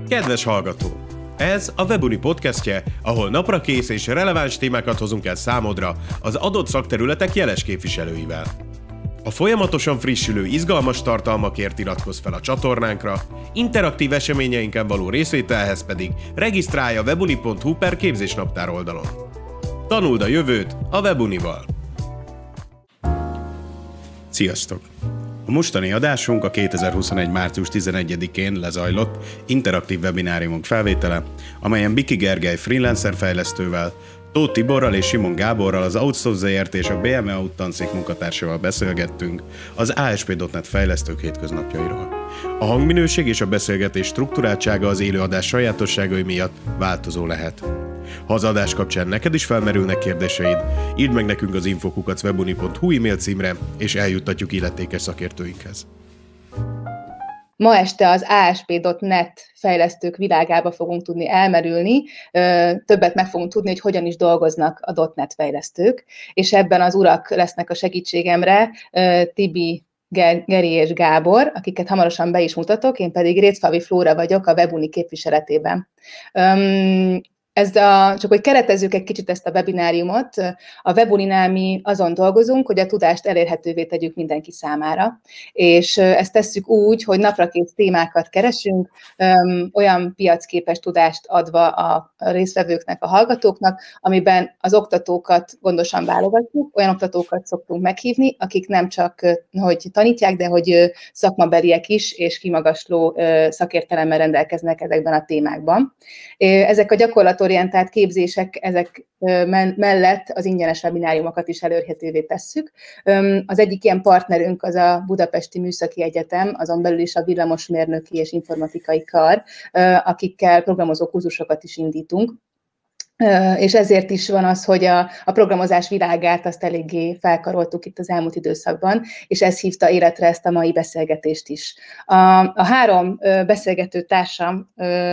Kedves hallgató! Ez a Webuni podcastje, ahol naprakész és releváns témákat hozunk el számodra az adott szakterületek jeles képviselőivel. A folyamatosan frissülő, izgalmas tartalmakért iratkozz fel a csatornánkra, interaktív eseményeinken való részvételhez pedig regisztrálj a webuni.hu/képzésnaptár oldalon. Tanuld a jövőt a Webunival! Sziasztok! A mostani adásunk a 2021. március 11-én lezajlott interaktív webináriumunk felvétele, amelyen Biki Gergely freelancer fejlesztővel, Tóth Tiborral és Simon Gáborral, az Outsource ZRT és a BME Out tanszék munkatársával beszélgettünk az ASP.NET fejlesztők hétköznapjairól. A hangminőség és a beszélgetés struktúráltsága az élőadás sajátosságai miatt változó lehet. Ha az adás kapcsán neked is felmerülnek kérdéseid, írd meg nekünk az info@webuni.hu e-mail címre, és eljuttatjuk illetékes szakértőinkhez. Ma este az ASP.NET fejlesztők világába fogunk tudni elmerülni, többet meg fogunk tudni, hogy hogyan is dolgoznak a .NET fejlesztők, és ebben az urak lesznek a segítségemre, Tibi, Geri és Gábor, akiket hamarosan be is mutatok, én pedig Récfavi Flóra vagyok a Webuni képviseletében. Csak hogy keretezzük egy kicsit ezt a webináriumot, a Webuninál mi azon dolgozunk, hogy a tudást elérhetővé tegyük mindenki számára, és ezt tesszük úgy, hogy naprakész témákat keresünk, olyan piacképes tudást adva a résztvevőknek, a hallgatóknak, amiben az oktatókat gondosan válogatjuk, olyan oktatókat szoktunk meghívni, akik nem csak hogy tanítják, de hogy szakmabeliek is, és kimagasló szakértelemmel rendelkeznek ezekben a témákban. Ezek a gyakorlatorientált képzések, ezek mellett az ingyenes webináriumokat is elérhetővé tesszük. Az egyik ilyen partnerünk az a Budapesti Műszaki Egyetem, azon belül is a Villamosmérnöki és Informatikai Kar, akikkel programozó kurzusokat is indítunk. És ezért is van az, hogy a programozás világát azt eléggé felkaroltuk itt az elmúlt időszakban, és ez hívta életre ezt a mai beszélgetést is. A három beszélgető társam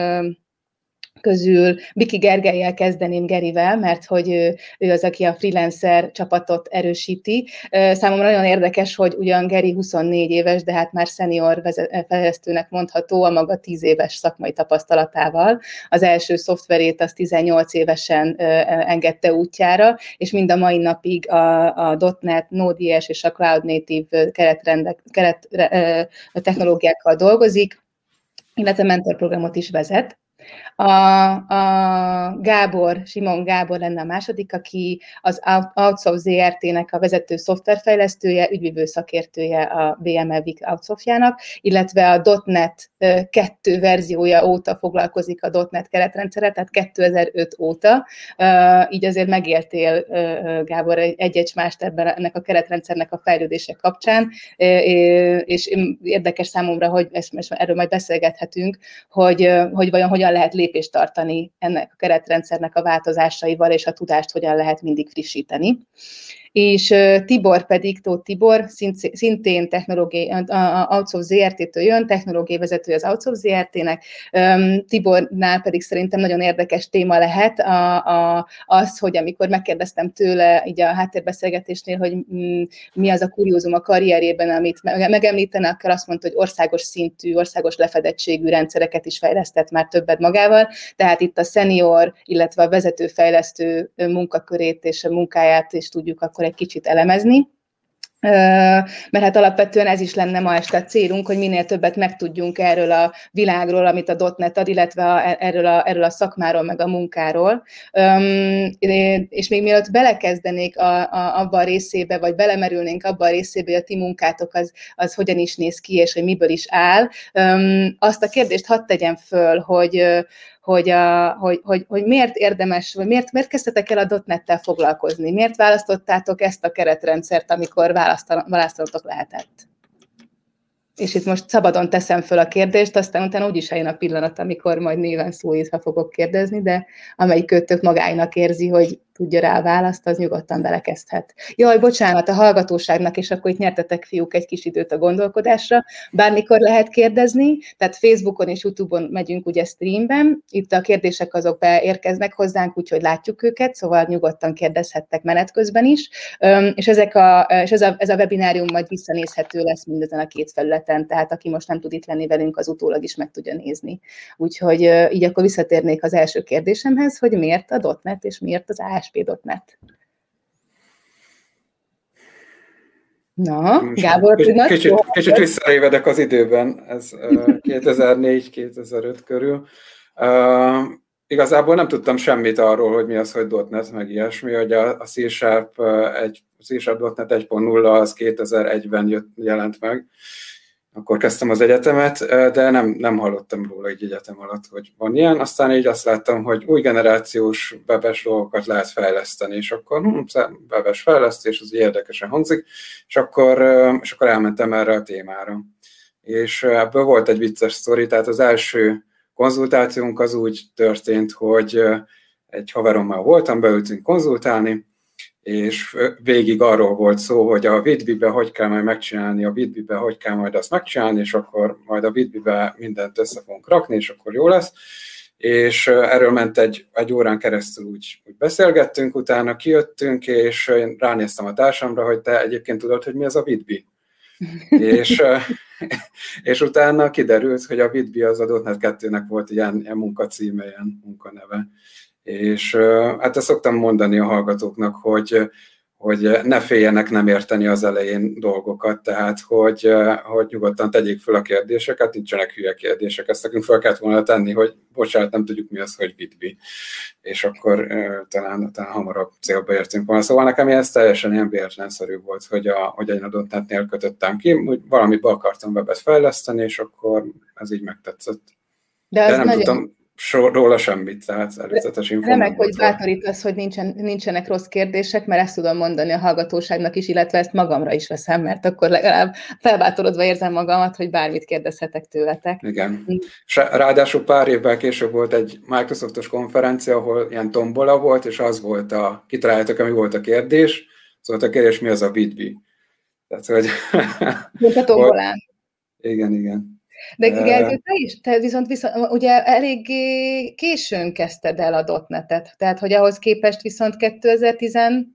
közül Biki Gergellyel kezdeném, Gerivel, mert hogy ő az, aki a freelancer csapatot erősíti. Számomra nagyon érdekes, hogy ugyan Geri 24 éves, de hát már senior fejlesztőnek mondható a maga 10 éves szakmai tapasztalatával. Az első szoftverét az 18 évesen engedte útjára, és mind a mai napig a .NET, Node.js és a Cloud Native keret technológiákkal dolgozik, illetve mentorprogramot is vezet. A Simon Gábor lenne a második, aki az Outsource ZRT-nek a vezető szoftverfejlesztője, ügyvívő szakértője a BME Outsource-jának, illetve a .NET 2 verziója óta foglalkozik a .NET keretrendszerrel, tehát 2005 óta. Így azért megéltél, Gábor, egy-egy mást ennek a keretrendszernek a fejlődése kapcsán, és érdekes számomra, hogy erről majd beszélgethetünk, hogy vajon hogyan lehet lépést tartani ennek a keretrendszernek a változásaival, és a tudást hogyan lehet mindig frissíteni. És Tibor pedig, Tóth Tibor, szintén technológiai, Outsource ZRT-től jön, technológiai vezetője az Outsource ZRT-nek. Tibornál pedig szerintem nagyon érdekes téma lehet az, hogy amikor megkérdeztem tőle így a háttérbeszélgetésnél, hogy mi az a kuriózum a karrierjében, amit megemlítene, akkor azt mondta, hogy országos szintű, országos lefedettségű rendszereket is fejlesztett már többet magával, tehát itt a senior, illetve a vezetőfejlesztő munkakörét és a munkáját is tudjuk akkor egy kicsit elemezni, mert hát alapvetően ez is lenne ma este a célunk, hogy minél többet megtudjunk erről a világról, amit a .NET ad, illetve erről a szakmáról, meg a munkáról. És még mielőtt belekezdenék abba a részébe, vagy belemerülnénk abba a részébe, hogy a ti munkátok az hogyan is néz ki, és hogy miből is áll, azt a kérdést hadd tegyem föl, hogy miért érdemes, vagy miért kezdtetek el a .NET-tel foglalkozni? Miért választottátok ezt a keretrendszert, amikor választanotok lehetett? És itt most szabadon teszem föl a kérdést, aztán utána úgyis eljön a pillanat, amikor majd néven szólítva fogok kérdezni, de amelyik kötök magáinak érzi, hogy tudja rá a választ, az nyugodtan belekezdhet. Jaj, bocsánat, a hallgatóságnak, és akkor itt nyertetek, fiúk, egy kis időt a gondolkodásra. Bármikor lehet kérdezni, tehát Facebookon és YouTube-on megyünk ugye streamben, itt a kérdések azok beérkeznek hozzánk, úgyhogy látjuk őket, szóval nyugodtan kérdezhettek menet közben is, és ez a webinárium majd visszanézhető lesz mindezen a két felületen, tehát aki most nem tud itt lenni velünk, az utólag is meg tudja nézni. Úgyhogy így akkor visszatérnék az első kérdésemhez, hogy miért a .NET és miért az ASP.NET? Na, Gábor, kicsit visszarévedek az időben, ez 2004-2005 körül. Igazából nem tudtam semmit arról, hogy mi az, hogy .NET, meg ilyesmi, hogy a C#.NET 1.0 az 2001-ben jelent meg. Akkor kezdtem az egyetemet, de nem hallottam róla egy egyetem alatt, hogy van ilyen. Aztán így azt láttam, hogy új generációs webes dolgokat lehet fejleszteni, és akkor webes fejlesztés, az érdekesen hangzik, és akkor elmentem erre a témára. És ebből volt egy vicces sztori, tehát az első konzultációnk az úgy történt, hogy egy haverommal voltam, beültünk konzultálni, és végig arról volt szó, hogy a Vidbe hogy kell majd megcsinálni, a Vidbe hogy kell majd azt megcsinálni, és akkor majd a Vidbe mindent össze fogunk rakni, és akkor jó lesz. És erről ment egy órán keresztül úgy beszélgettünk, utána kijöttünk, és én ránéztem a társamra, hogy te egyébként tudod, hogy mi az a Vidbe. és utána kiderült, hogy a Vidbe az a .NET 2-nek volt ilyen munkacíme, ilyen munkaneve. És hát ezt szoktam mondani a hallgatóknak, hogy ne féljenek nem érteni az elején dolgokat, tehát hogy nyugodtan tegyék fel a kérdéseket, nincsenek hülye kérdések, ezt nekünk fel kellett volna tenni, hogy bocsánat, nem tudjuk mi az, hogy Vidbe, és akkor talán hamarabb célba értünk volna. Szóval nekem ez teljesen ilyen véletlenszerű volt, hogy én a .NET-nél kötöttem ki, úgy valamibe akartam webet fejleszteni, és akkor ez így megtetszett. De nem tudtam róla semmit, tehát előzetes info. Remek, hogy bátorítasz, hogy nincsenek rossz kérdések, mert ezt tudom mondani a hallgatóságnak is, illetve ezt magamra is veszem, mert akkor legalább felbátorodva érzem magamat, hogy bármit kérdezhetek tőletek. Igen. Ráadásul pár évvel később volt egy Microsoftos konferencia, ahol ilyen tombola volt, és az volt kitaláltak, ami volt a kérdés, szóval a kérdés, mi az a Vidbe. Tehát, hogy... Volt a tombolán. Igen. De Gergő, te viszont ugye elég későn kezdted el a .NET-et, tehát hogy ahhoz képest viszont 2010?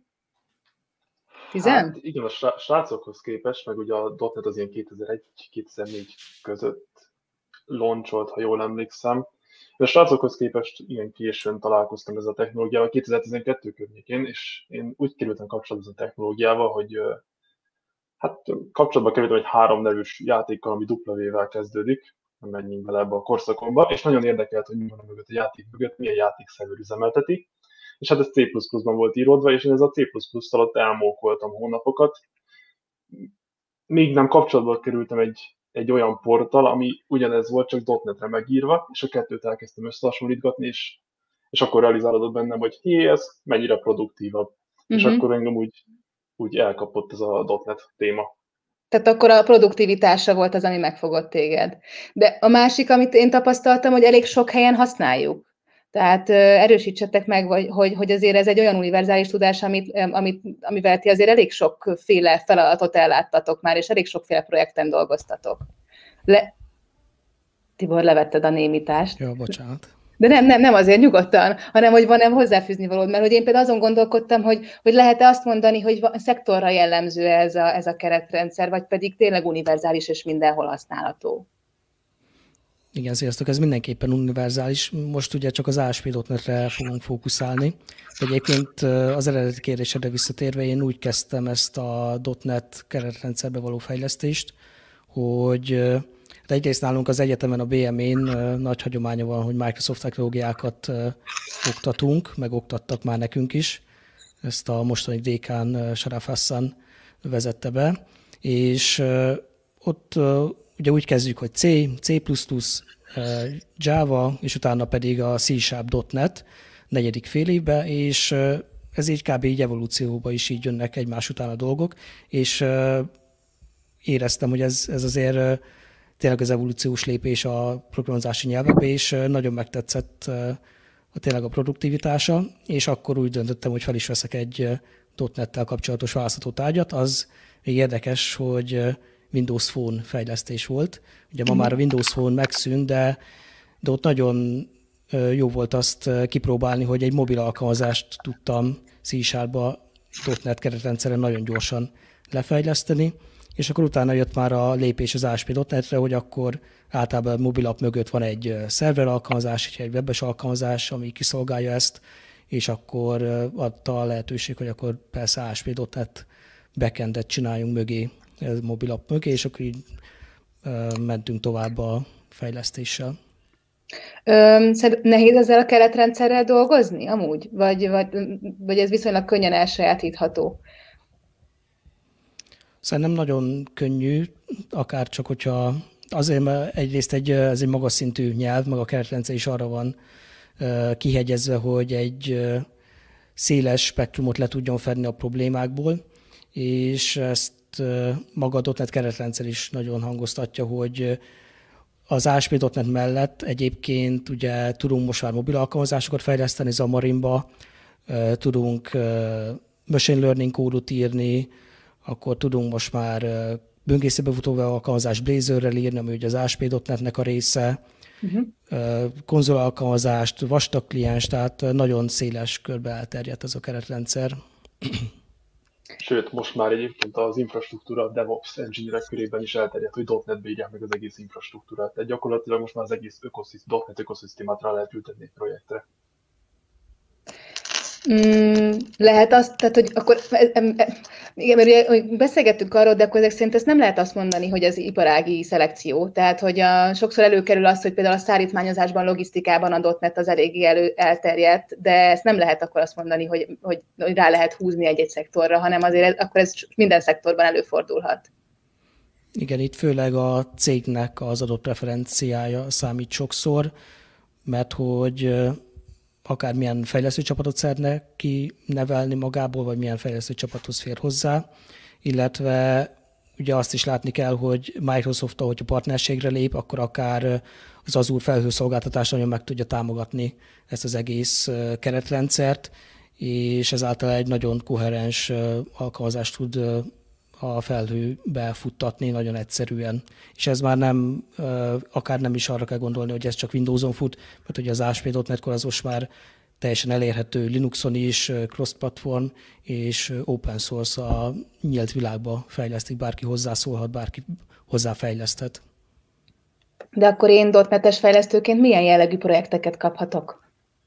Hát igen, a srácokhoz képest, meg ugye a .NET az ilyen 2001-2004 között launcholt, ha jól emlékszem. De a srácokhoz képest ilyen későn találkoztam ezzel a technológiával 2012 környékén, és én úgy kerültem kapcsolatban a technológiával, hogy hát kapcsolatban kerültem egy 3 nevűs játékkal, ami W-vel kezdődik, nem menjünk bele ebbe a korszakomba, és nagyon érdekelt, hogy mi van mögött a játék mögött, milyen játékszerver üzemelteti, és hát ez C++-ban volt íródva, és én ez a C++-tal ott elmókoltam hónapokat. Még nem kapcsolatba kerültem egy olyan porttal, ami ugyanez volt, csak .NET-re megírva, és a kettőt elkezdtem összehasonlítgatni, és akkor realizálódott bennem, hogy ez mennyire produktívabb. És akkor engem úgy elkapott ez a .NET téma. Tehát akkor a produktivitása volt az, ami megfogott téged. De a másik, amit én tapasztaltam, hogy elég sok helyen használjuk. Tehát erősítsetek meg, hogy azért ez egy olyan univerzális tudás, amivel ti azért elég sokféle feladatot elláttatok már, és elég sokféle projekten dolgoztatok. Tibor, levetted a némítást. Jó, bocsánat. De nem azért nyugodtan, hanem hogy van-e hozzáfűzni valód, mert hogy én például azon gondolkodtam, hogy lehet-e azt mondani, hogy szektorra jellemző ez a keretrendszer, vagy pedig tényleg univerzális és mindenhol használható. Igen, sziasztok, ez mindenképpen univerzális. Most ugye csak az ASP.NET-re fogunk fókuszálni. Egyébként az eredeti kérdésedre visszatérve, én úgy kezdtem ezt a .NET keretrendszerbe való fejlesztést, hogy egyrészt nálunk az egyetemen, a BM-én nagy hagyománya van, hogy Microsoft technológiákat oktatunk, meg oktattak már nekünk is. Ezt a mostani dékán Sharaf Hassan vezette be, és ott ugye úgy kezdjük, hogy C++, Java, és utána pedig a C#.NET 4. fél évben, és ez így kb. Így evolúcióba is így jönnek egymás után a dolgok, és éreztem, hogy ez azért tényleg az evolúciós lépés a programozási nyelvekbe, és nagyon megtetszett tényleg a produktivitása, és akkor úgy döntöttem, hogy fel is veszek egy .NET-tel kapcsolatos választható tárgyat. Az még érdekes, hogy Windows Phone fejlesztés volt. Ugye ma már a Windows Phone megszűnt, de ott nagyon jó volt azt kipróbálni, hogy egy mobil alkalmazást tudtam C-Sharp-ba .NET keretrendszeren nagyon gyorsan lefejleszteni, és akkor utána jött már a lépés az ASP.NET-re, hogy akkor általában a mobilap mögött van egy szerver alkalmazás, egy webes alkalmazás, ami kiszolgálja ezt, és akkor adta a lehetőség, hogy akkor persze ASP.NET backendet csináljunk mögé, mobilap mögé, és akkor így mentünk tovább a fejlesztéssel. Nehéz ezzel a keretrendszerrel dolgozni amúgy? Vagy ez viszonylag könnyen elsajátítható? Szerintem nagyon könnyű, akár csak hogyha azért, mert egyrészt ez egy magas szintű nyelv, meg a keretrendszer is arra van kihegyezve, hogy egy széles spektrumot le tudjon fedni a problémákból, és ezt maga a .NET keretrendszer is nagyon hangoztatja, hogy az ASP.NET mellett egyébként ugye tudunk most már mobil alkalmazásokat fejleszteni Xamarinba, tudunk machine learning kódot írni, akkor tudunk most már böngészőbe futó alkalmazás Blazorrel írni, ami ugye az ASP.NET-nek a része, konzol alkalmazást, vastag kliens, tehát nagyon széles körbe elterjedt ez a keretrendszer. Sőt, most már egyébként az infrastruktúra DevOps engineerek körében is elterjedt, hogy .NET-be írják meg az egész infrastruktúrát. Tehát gyakorlatilag most már az egész .NET ökoszisztémát rá lehet ültetni egy projektre. Lehet azt, tehát hogy akkor, igen, mert ugye beszélgettünk arról, de akkor ezek szerint ezt nem lehet azt mondani, hogy az iparági szelekció. Tehát, hogy sokszor előkerül az, hogy például a szállítmányozásban, logisztikában a .NET az eléggé elterjedt, de ezt nem lehet akkor azt mondani, hogy rá lehet húzni egy szektorra, hanem azért akkor ez minden szektorban előfordulhat. Igen, itt főleg a cégnek az adott preferenciája számít sokszor, mert hogy akármilyen fejlesztőcsapatot szeretne kinevelni magából, vagy milyen fejlesztőcsapathoz fér hozzá, illetve ugye azt is látni kell, hogy Microsoft, ahogy a partnerségre lép, akkor akár az Azure felhőszolgáltatás nagyon meg tudja támogatni ezt az egész keretrendszert, és ezáltal egy nagyon koherens alkalmazást tud a felhőbe futtatni nagyon egyszerűen. És ez már nem, akár nem is arra kell gondolni, hogy ez csak Windowson fut, mert ugye az ASP.NET-kor az most már teljesen elérhető Linuxon is, cross-platform és open source, a nyílt világba fejlesztik, bárki hozzászólhat, bárki hozzáfejleszthet. De akkor én .NET-es fejlesztőként milyen jellegű projekteket kaphatok?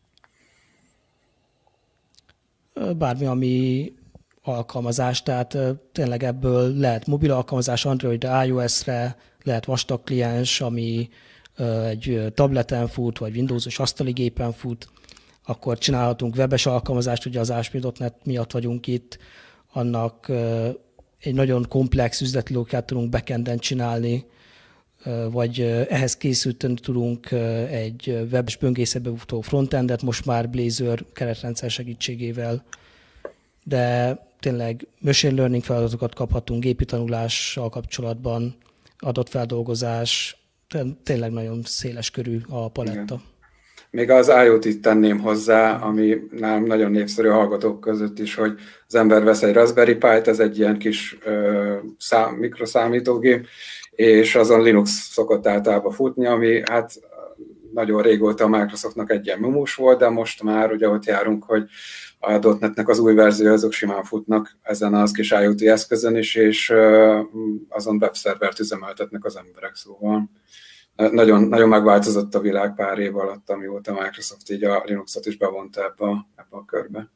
Bármi, ami alkalmazás, tehát tényleg ebből lehet mobil alkalmazás Androidra, iOS-re, lehet vastag kliens, ami egy tableten fut, vagy Windows-os asztali gépen fut, akkor csinálhatunk webes alkalmazást, ugye az ASP.NET miatt vagyunk itt, annak egy nagyon komplex üzleti logikát tudunk backenden csinálni, vagy ehhez készülteni tudunk egy webes böngészőbe futó frontendet, most már Blazor keretrendszer segítségével, de tényleg machine learning feladatokat kaphatunk gépi tanulással kapcsolatban, adatfeldolgozás, tényleg nagyon széles körű a paletta. Igen. Még az IoT-t tenném hozzá, ami nálam nagyon népszerű a hallgatók között is, hogy az ember vesz egy Raspberry Pi-t, ez egy ilyen kis mikroszámítógép, és azon Linux szokott általában futni, ami hát nagyon régóta a Microsoftnak egy ilyen mumus volt, de most már ugye ott járunk, hogy a .NET-nek az új verzió, azok simán futnak ezen az kis IoT eszközön is, és azon webszervert üzemeltetnek az emberek, szóval nagyon, nagyon megváltozott a világ pár év alatt, amióta Microsoft így a Linuxot is bevonta ebbe a körbe.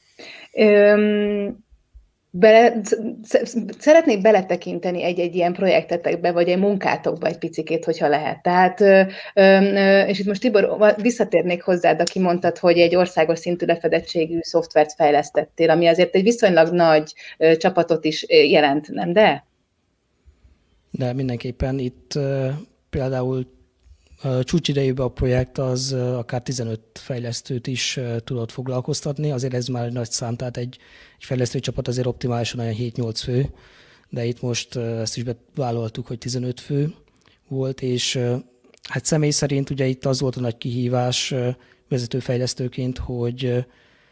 Szeretnék beletekinteni egy ilyen projektetekbe, vagy egy munkátokba egy picikét, hogyha lehet. Tehát, és itt most Tibor, visszatérnék hozzád, aki mondtad, hogy egy országos szintű lefedettségű szoftvert fejlesztettél, ami azért egy viszonylag nagy csapatot is jelent, nem de? De mindenképpen itt például csúcsidejűben a projekt az akár 15 fejlesztőt is tudott foglalkoztatni, azért ez már egy nagy szám, tehát egy fejlesztői csapat azért optimálisan olyan 7-8 fő, de itt most ezt is bevállaltuk, hogy 15 fő volt, és hát személy szerint ugye itt az volt a nagy kihívás, vezetőfejlesztőként, hogy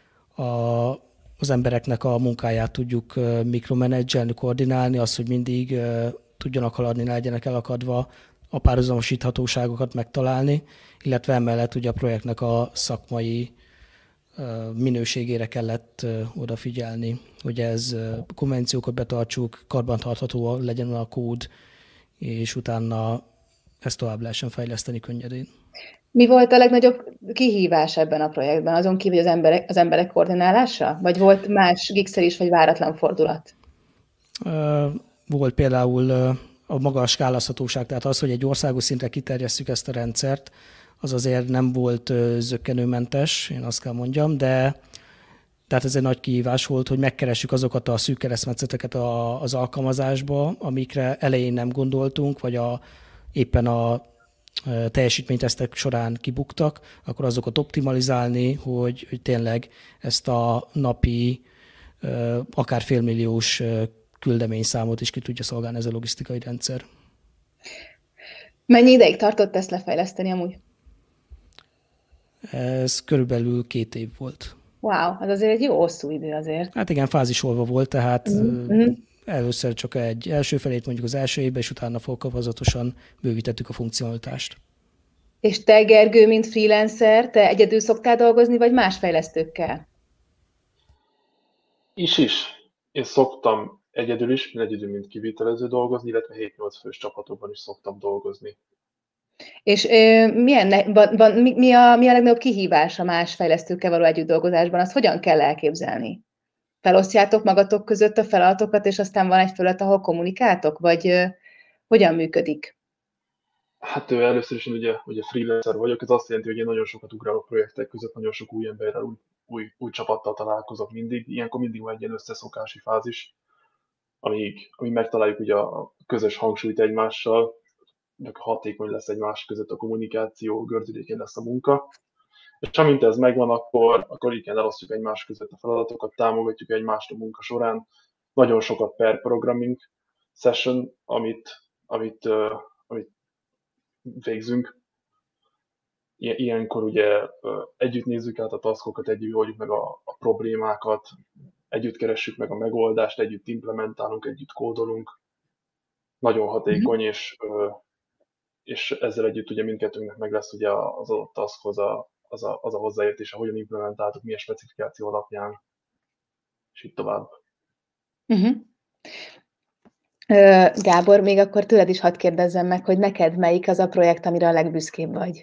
az embereknek a munkáját tudjuk mikromenedzselni, koordinálni, az, hogy mindig tudjanak haladni, ne legyenek elakadva, a párhuzamosíthatóságokat megtalálni, illetve emellett ugye a projektnek a szakmai minőségére kellett odafigyelni, hogy ez konvenciókat betartsuk, karbantartható legyen a kód, és utána ezt tovább lehessen fejleszteni könnyedén. Mi volt a legnagyobb kihívás ebben a projektben? Azon kívül, hogy az emberek koordinálása? Vagy volt más gigszer is, vagy váratlan fordulat? Volt például a maga a skálázhatóság, tehát az, hogy egy országos szintre kiterjesszük ezt a rendszert, az azért nem volt zökkenőmentes, én azt kell mondjam, de tehát ez egy nagy kihívás volt, hogy megkeressük azokat a szűk keresztmetszeteket az alkalmazásba, amikre elején nem gondoltunk, vagy éppen a teljesítménytesztek során kibuktak, akkor azokat optimalizálni, hogy tényleg ezt a napi, akár félmilliós küldeményszámot is ki tudja szolgálni ez a logisztikai rendszer. Mennyi ideig tartott ezt lefejleszteni amúgy? Ez körülbelül 2 év volt. Wow, az azért egy jó hosszú idő azért. Hát igen, fázisolva volt, tehát először csak egy első felét mondjuk az első évben, és utána fokozatosan bővítettük a funkcionalitást. És te, Gergő, mint freelancer, te egyedül szoktál dolgozni, vagy más fejlesztőkkel? Is. Én szoktam egyedül, mint kivitelező dolgozni, illetve 7-8 fős csapatokban is szoktam dolgozni. És mi a legnagyobb kihívás a más fejlesztőkkel való együtt dolgozásban? Azt hogyan kell elképzelni? Felosztjátok magatok között a feladatokat, és aztán van egy felület, ahol kommunikáltok? Vagy hogyan működik? Hát először is ugye freelancer vagyok, ez azt jelenti, hogy én nagyon sokat ugrálok projektek között, nagyon sok új emberrel, új csapattal találkozok mindig. Ilyenkor mindig van egy ilyen összeszokási fázis, amíg megtaláljuk ugye a közös hangsúlyt egymással, hatékony lesz egymás között a kommunikáció, gördülékeny lesz a munka. És amint ez megvan, akkor igen, elosztjuk egymás között a feladatokat, támogatjuk egymást a munka során. Nagyon sokat per programming session, amit végzünk. Ilyenkor ugye együtt nézzük át a taskokat, együtt oldjuk meg a problémákat, együtt keressük meg a megoldást, együtt implementálunk, együtt kódolunk. Nagyon hatékony, és ezzel együtt ugye mindkettőnknek meg lesz ugye az adott taskhoz az a hozzáértése, hogyan implementáltuk, milyen specifikáció alapján, és így tovább. Gábor, még akkor tőled is hadd kérdezzem meg, hogy neked melyik az a projekt, amire a legbüszkébb vagy?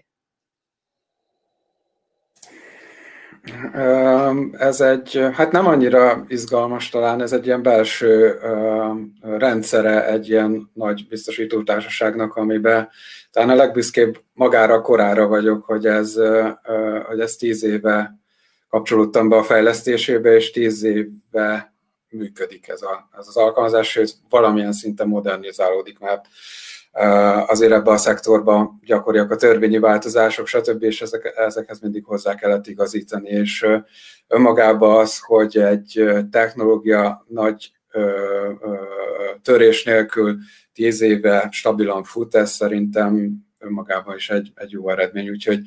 Ez hát nem annyira izgalmas talán, ez egy ilyen belső rendszere egy ilyen nagy biztosítótársaságnak, amiben talán a legbüszkébb magára a korára vagyok, hogy ez 10 éve kapcsolódtam be a fejlesztésébe, és 10 éve működik ez az alkalmazás, sőt valamilyen szinten modernizálódik, mert azért ebben a szektorban gyakoriak a törvényi változások, stb., és ezekhez mindig hozzá kellett igazítani, és önmagában az, hogy egy technológia nagy törés nélkül 10 éve stabilan fut, ez szerintem önmagában is egy jó eredmény, úgyhogy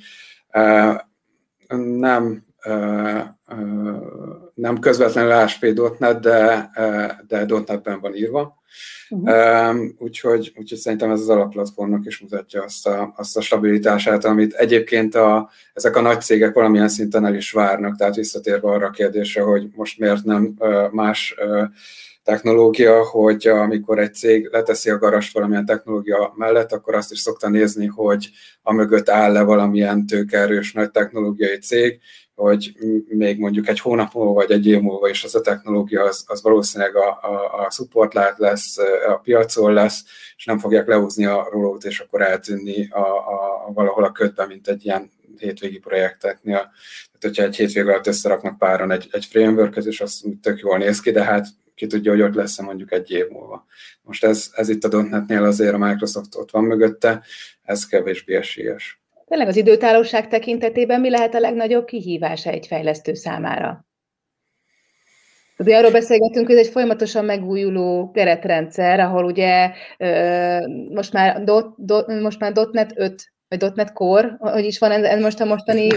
nem közvetlenül ASP.NET, de .NET-ben van írva. Úgyhogy szerintem ez az alapplatformnak is mutatja azt a stabilitását, amit egyébként ezek a nagy cégek valamilyen szinten el is várnak, tehát visszatérve arra a kérdésre, hogy most miért nem más technológia, hogy amikor egy cég leteszi a garast valamilyen technológia mellett, akkor azt is szokta nézni, hogy amögött áll-e valamilyen tőkeerős nagy technológiai cég, hogy még mondjuk egy hónap múlva vagy egy év múlva is az a technológia az valószínűleg a supportlált lesz, a piacon lesz, és nem fogják lehúzni a rolót, és akkor eltűnni valahol a ködben, mint egy ilyen hétvégi projekteknél. Tehát, hogyha egy hétvég alatt összeraknak páran egy framework-et, és az tök jól néz ki, de hát ki tudja, hogy ott lesz mondjuk egy év múlva. Most ez itt a .NET-nél azért a Microsoft ott van mögötte, ez kevésbé esélyes. Tényleg az időtállóság tekintetében mi lehet a legnagyobb kihívása egy fejlesztő számára? Ugye arról beszélgetünk, hogy ez egy folyamatosan megújuló keretrendszer, ahol ugye most már .NET 5 vagy .NET Core, hogy is van ez most a mostani...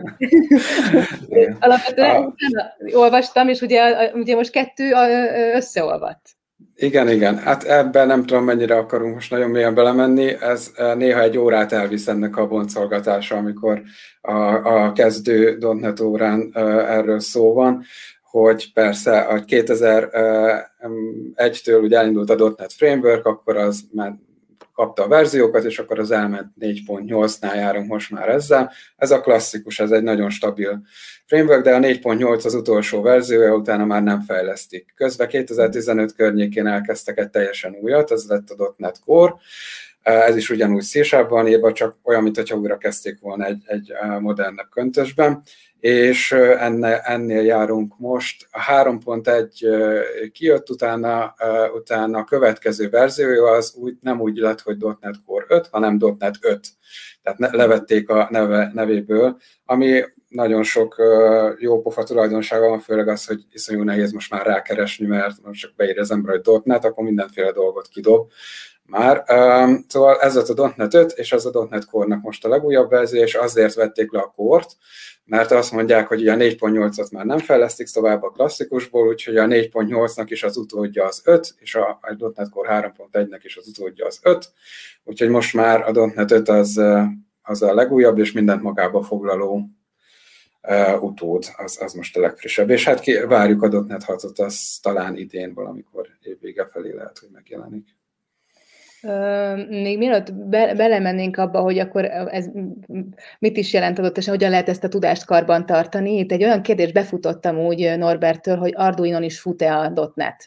Alapvetően olvastam, és ugye most 2 összeolvadt. Igen. Hát ebben nem tudom, mennyire akarunk most nagyon mélyen belemenni. Ez néha egy órát elvisz ennek a boncolgatása, amikor a kezdő .NET órán erről szó van, hogy persze a 2001-től ugye elindult a .NET Framework, akkor az már kapta a verziókat, és akkor az elment 4.8-nál járunk most már ezzel. Ez a klasszikus, ez egy nagyon stabil framework, de a 4.8 az utolsó verziója, utána már nem fejlesztik. Közben 2015 környékén elkezdtek egy teljesen újat, ez lett a .NET Core. Ez is ugyanúgy C#-ban írva, csak olyan, mintha újra kezdték volna egy modernebb köntösben, és ennél járunk most. A 3.1 kijött, utána a következő verziója az nem úgy lett, hogy .NET Core 5, hanem .NET 5. Tehát levették a nevéből, ami nagyon sok jó pofa tulajdonsága van, főleg az, hogy iszonyú nehéz most már rákeresni, mert most csak beír az ember, hogy .NET, akkor mindenféle dolgot kidob már. Szóval ez volt a .NET 5, és ez a .NET Core-nak most a legújabb verzió, és azért vették le a Core-t, mert azt mondják, hogy a 4.8-at már nem fejlesztik tovább a klasszikusból, úgyhogy a 4.8-nak is az utódja az 5, és a .NET Core 3.1-nek is az utódja az 5, úgyhogy most már a .NET 5 az a legújabb, és mindent magába foglaló utód, az most a legfrissebb. És hát várjuk a .NET 6-ot, az talán idén valamikor évvége felé lehet, hogy megjelenik. Még mielőtt belemennénk abba, hogy akkor ez mit is jelent adottosan, hogyan lehet ezt a tudást karban tartani. Itt egy olyan kérdés befutottam úgy Norberttől, hogy Arduinon is fut-e a .NET?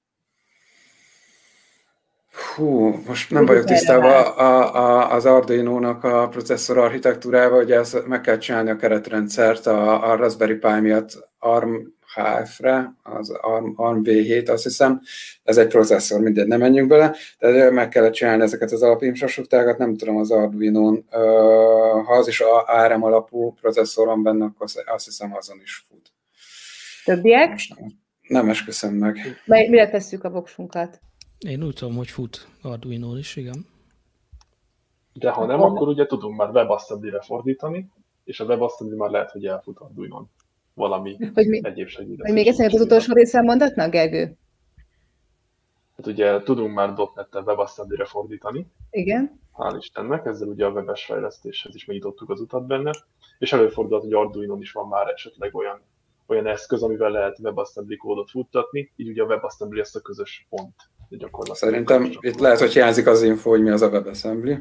Most nem vagyok tisztában az Arduino-nak a processzor architektúrával, ugye ezt meg kell csinálni a keretrendszert a Raspberry Pi miatt ARM HF-re, az ARM V7, azt hiszem, ez egy processzor, mindegy, nem menjünk bele, de meg kellett csinálni ezeket az alapinfrastruktúrákat, nem tudom az Arduino-n, ha az is ARM alapú processzor van benne, akkor azt hiszem azon is fut. Többiek? Nem esküszöm meg. Mire tesszük a voksunkat? Én úgy tudom, hogy fut Arduino is, igen. De ha nem, akkor ugye tudunk már WebAssembly-re fordítani, és a WebAssembly már lehet, hogy elfut Arduinon. Valami egyéb segítségre. Hogy még ezt az utolsó részen mondatnak, Gergő? Hát ugye tudunk már .NET-tel WebAssembly-re fordítani. Igen. Hál' Istennek, ezzel ugye a webes fejlesztéshez is megnyitottuk az utat benne, és előfordulhat, hogy Arduinon is van már esetleg olyan eszköz, amivel lehet WebAssembly kódot futtatni, így ugye a WebAssembly ezt a közös pont. Szerintem itt lehet, hogy hiányzik az info, hogy mi az a WebAssembly.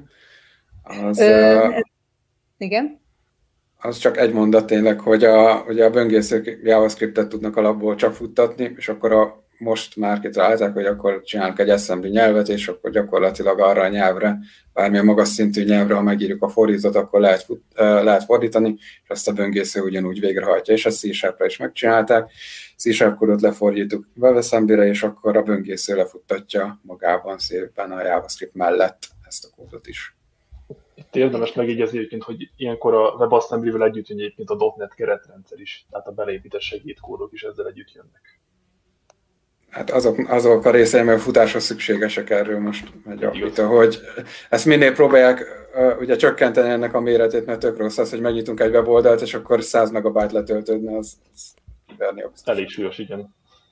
Igen. Az csak egy mondat tényleg, hogy ugye a böngészők JavaScript-et tudnak alapból csak futtatni, és akkor most már kitalálták, hogy akkor csinálunk egy assembly nyelvet, és akkor gyakorlatilag arra a nyelvre, bármilyen magas szintű nyelvre, ha megírjuk a fordítót, akkor lehet fordítani, és azt a böngésző ugyanúgy végrehajtja, és a C#-ra is megcsinálták. C# kódot lefordítjuk WebAssembly-re, és akkor a böngésző lefuttatja magában szépen a JavaScript mellett ezt a kódot is. Itt érdemes megjegyezni egyébként, hogy ilyenkor a WebAssembly-vel együtt jön egyébként a .NET keretrendszer is, tehát a beleépített segédkódok is ezzel együtt jönnek. Hát azok a részei, mert a futásra szükségesek, erről most megy a vita, hogy ezt minél próbálják ugye csökkenteni ennek a méretét, mert tök rossz az, hogy megnyitunk egy weboldalt, és akkor 100 megabyte letöltődne, az verni a biztos. Elég súlyos, igen.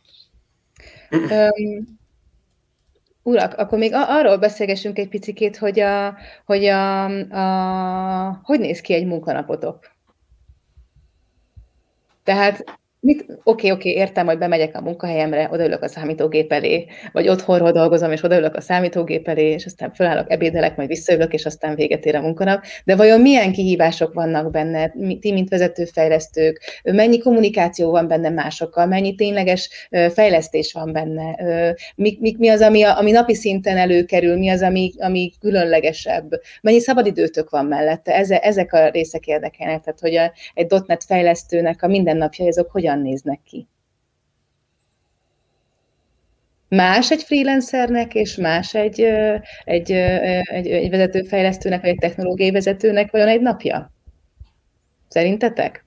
Urak, akkor még arról beszélgessünk egy picikét, hogy hogy néz ki egy munkanapotok. Tehát Oké, értem, hogy bemegyek a munkahelyemre, odaülök a számítógép elé, vagy otthonról dolgozom, és odaülök a számítógép elé, és aztán fölállok, ebédelek, majd visszaülök, és aztán véget ér a munkanap. De vajon milyen kihívások vannak benne, ti, mint vezetőfejlesztők, mennyi kommunikáció van benne másokkal, mennyi tényleges fejlesztés van benne, mi az, ami napi szinten előkerül, mi az, ami különlegesebb, mennyi szabadidőtök van mellette, ezek a részek érdekelnek, tehát hogy egy .NET fejlesztőnek a mindennapjai azok hogyan néznek ki. Más egy freelancernek, és más egy vezetőfejlesztőnek, vagy egy technológiai vezetőnek vajon egy napja? Szerintetek?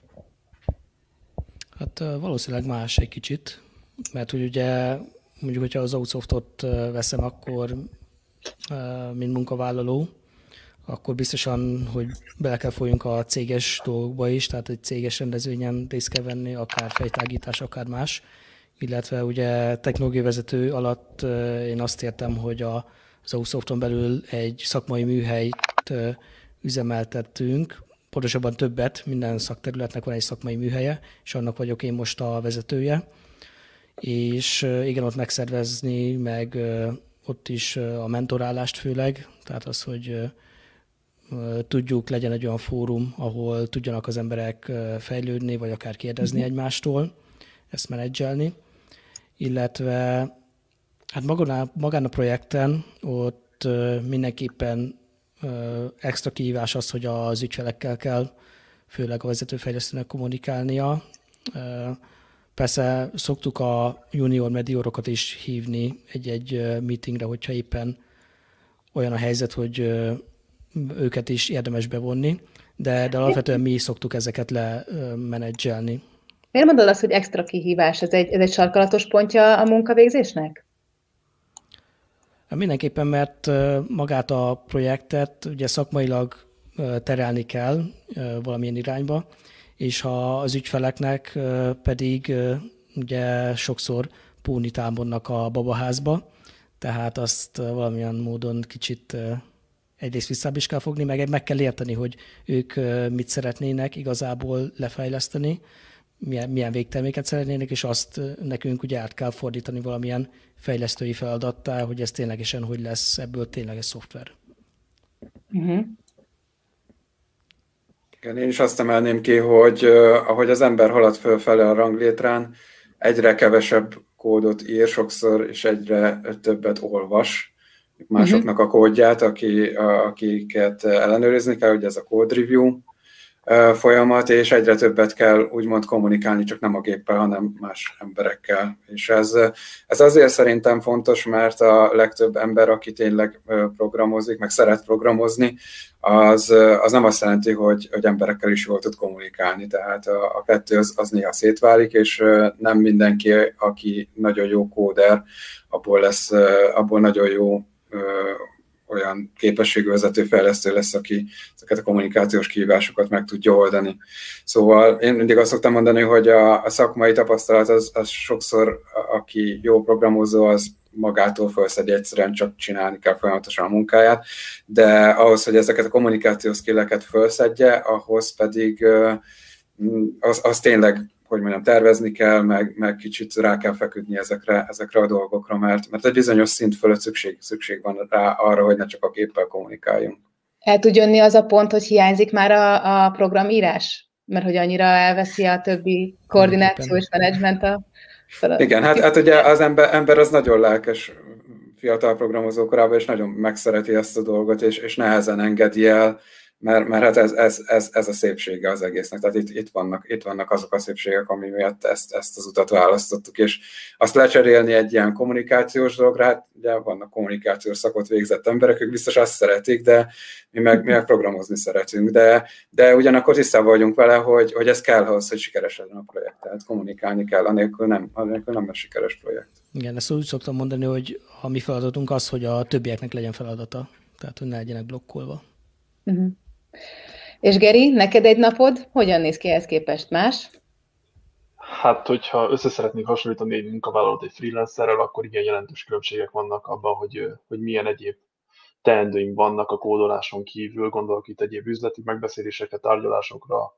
Hát valószínűleg más egy kicsit, mert hogy ugye mondjuk, hogyha az Outsoftot veszem, akkor mint munkavállaló, akkor biztosan, hogy bele kell folyjunk a céges dolgokba is, tehát egy céges rendezvényen részt kell venni, akár fejtágítás, akár más. Illetve ugye technológiai vezető alatt én azt értem, hogy az AUSofton belül egy szakmai műhelyt üzemeltettünk, pontosabban többet, minden szakterületnek van egy szakmai műhelye, és annak vagyok én most a vezetője. És igen, ott megszervezni, meg ott is a mentorálást főleg, tehát az, hogy tudjuk, legyen egy olyan fórum, ahol tudjanak az emberek fejlődni, vagy akár kérdezni egymástól, ezt menedzselni. Illetve hát magán a projekten ott mindenképpen extra kihívás az, hogy az ügyfelekkel kell, főleg a vezetőfejlesztőnek kommunikálnia. Persze szoktuk a junior mediorokat is hívni egy meetingre, hogyha éppen olyan a helyzet, hogy őket is érdemes bevonni, de alapvetően mi is szoktuk ezeket lemenedzselni. Miért mondod azt, hogy extra kihívás? Ez egy sarkalatos pontja a munkavégzésnek? Mindenképpen, mert magát a projektet ugye szakmailag terelni kell valamilyen irányba, és az ügyfeleknek pedig ugye sokszor póni támadnak a babaházba, tehát azt valamilyen módon kicsit egyrészt visszább is kell fogni, meg kell érteni, hogy ők mit szeretnének igazából lefejleszteni, milyen végterméket szeretnének, és azt nekünk ugye át kell fordítani valamilyen fejlesztői feladattá, hogy ez ténylegesen hogy lesz ebből tényleges szoftver. Uh-huh. Igen, én is azt emelném ki, hogy ahogy az ember halad fölfele a ranglétrán, egyre kevesebb kódot ír sokszor, és egyre többet olvas másoknak a kódját, akiket ellenőrizni kell, hogy ez a code review folyamat, és egyre többet kell úgymond kommunikálni, csak nem a géppel, hanem más emberekkel. És ez azért szerintem fontos, mert a legtöbb ember, aki tényleg programozik, meg szeret programozni, az nem azt jelenti, hogy emberekkel is jól tud kommunikálni. Tehát a kettő az néha szétválik, és nem mindenki, aki nagyon jó kóder, abból nagyon jó olyan képességű vezetőfejlesztő lesz, aki ezeket a kommunikációs kihívásokat meg tudja oldani. Szóval én mindig azt szoktam mondani, hogy a szakmai tapasztalat az sokszor, aki jó programozó, az magától felszedi, egyszerűen csak csinálni kell folyamatosan a munkáját, de ahhoz, hogy ezeket a kommunikációs skilleket felszedje, ahhoz pedig az tényleg, hogy mondjam, tervezni kell, meg kicsit rá kell feküdni ezekre a dolgokra, mert egy bizonyos szint fölött szükség van rá arra, hogy ne csak a géppel kommunikáljunk. El tud jönni az a pont, hogy hiányzik már a programírás? Mert hogy annyira elveszi a többi koordináció és menedzsment a feladat. Igen, hát ugye az ember az nagyon lelkes fiatal programozó korában, és nagyon megszereti ezt a dolgot, és nehezen engedi el, mert hát ez a szépsége az egésznek. Tehát itt vannak azok a szépségek, ami miatt ezt az utat választottuk, és azt lecserélni egy ilyen kommunikációs dologra, hát ugye vannak kommunikációs szakot végzett emberek, ők biztos azt szeretik, de mi meg programozni szeretünk, de ugyanakkor tisztában vagyunk vele, hogy ez kell ahhoz, hogy sikeres legyen a projekt. Tehát kommunikálni kell, anélkül nem lesz sikeres projekt. Igen, ezt úgy szoktam mondani, hogy a mi feladatunk az, hogy a többieknek legyen feladata, tehát hogy ne legyenek blokkolva. Uh-huh. És Geri, neked egy napod hogyan néz ki ehhez képest más? Hát, hogyha össze szeretnék hasonlítani egy munkavállalót egy freelancerrel, akkor igen jelentős különbségek vannak abban, hogy milyen egyéb teendőink vannak a kódoláson kívül, gondolok itt egyéb üzleti megbeszélésekre, tárgyalásokra,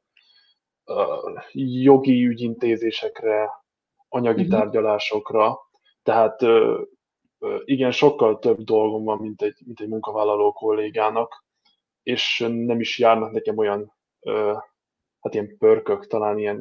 jogi ügyintézésekre, anyagi tárgyalásokra. Tehát igen, sokkal több dolgom van, mint egy munkavállaló kollégának, és nem is járnak nekem olyan hát ilyen pörkök, talán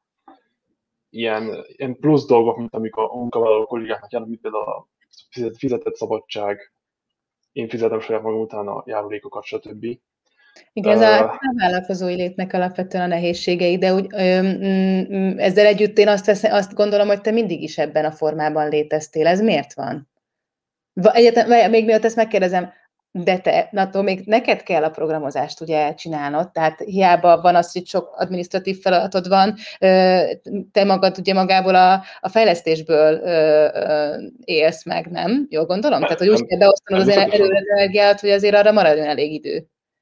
ilyen plusz dolgok, mint amik a munkavállaló kollégáknak járnak, mint például a fizetett szabadság, én fizetem saját magam után a járulékokat, stb. Igen, ez a vállalkozói létnek alapvetően a nehézségei, de úgy, ezzel együtt én azt gondolom, hogy te mindig is ebben a formában léteztél. Ez miért van? Még miatt ezt megkérdezem, de te, attól még neked kell a programozást ugye csinálnod, tehát hiába van az, hogy sok adminisztratív feladatod van, te magad ugye magából a fejlesztésből élsz meg, nem? Jól gondolom? Tehát, hogy úgy kell beosztanod az energiát, hogy azért arra maradjon elég idő.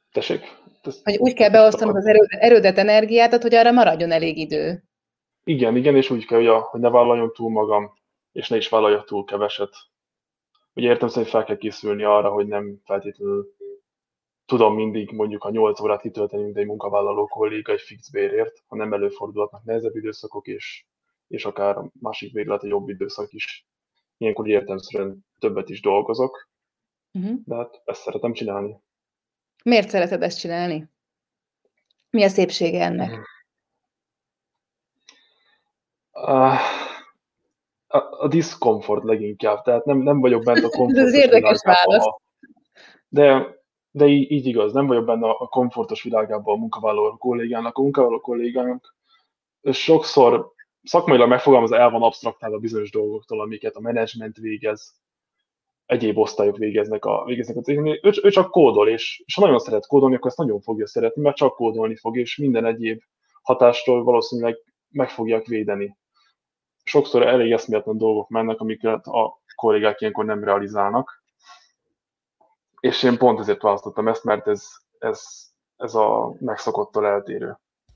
Tessék? Hogy úgy kell beosztanod az erődet, energiát, hogy arra maradjon elég idő. Igen, és úgy kell, hogy ne vállaljam túl magam, és ne is vállaljak túl keveset. Ugye értem szerint fel kell készülni arra, hogy nem feltétlenül tudom mindig mondjuk a 8 órát kitölteni, mint egy munkavállaló kolléga egy fix bérért, hanem előfordulhatnak nehezebb időszakok, és akár a másik véglet a jobb időszak is. Ilyenkor értelemszerűen többet is dolgozok, de hát ezt szeretem csinálni. Miért szereted ezt csinálni? Mi a szépsége ennek? A diszkomfort leginkább, tehát nem vagyok benne a komfortos Ez érdekes válasz. De így igaz, nem vagyok benne a komfortos világában a munkavállaló kollégának. A munkavállaló kollégának sokszor szakmailag megfogalmazva el van absztraktálva bizonyos dolgoktól, amiket a menedzsment végez, egyéb osztályok végeznek a cégnél. Ő csak kódol, és ha nagyon szeret kódolni, akkor ezt nagyon fogja szeretni, mert csak kódolni fog, és minden egyéb hatástól valószínűleg meg fogják védeni. Sokszor elég eszméletlen dolgok mennek, amiket a kollégák ilyenkor nem realizálnak. És én pont ezért választottam ezt, mert ez a megszokottól eltérő.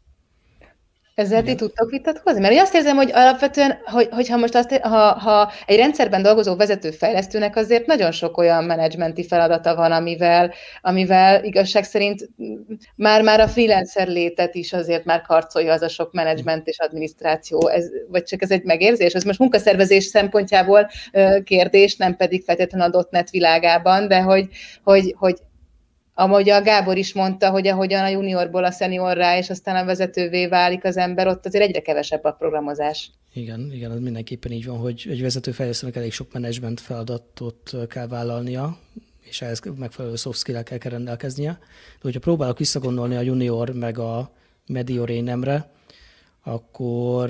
Ezzel ti tudtok vitatkozni? Mert azt érzem, hogy alapvetően, hogyha most ha egy rendszerben dolgozó vezetőfejlesztőnek azért nagyon sok olyan menedzsmenti feladata van, amivel igazság szerint már a freelancer létet is azért már karcolja az a sok menedzsment és adminisztráció, vagy csak ez egy megérzés? Ez most munkaszervezés szempontjából kérdés, nem pedig feltétlenül a .NET világában, de hogy ahogy a Gábor is mondta, hogy ahogyan a juniorból a szeniorrá, és aztán a vezetővé válik az ember, ott azért egyre kevesebb a programozás. Igen, az mindenképpen így van, hogy egy vezetőfejlesztőnek elég sok menedzsment feladatot kell vállalnia, és ehhez megfelelő soft skill-ekkel kell rendelkeznie. De hogyha próbálok visszagondolni a junior meg a medior énemre, akkor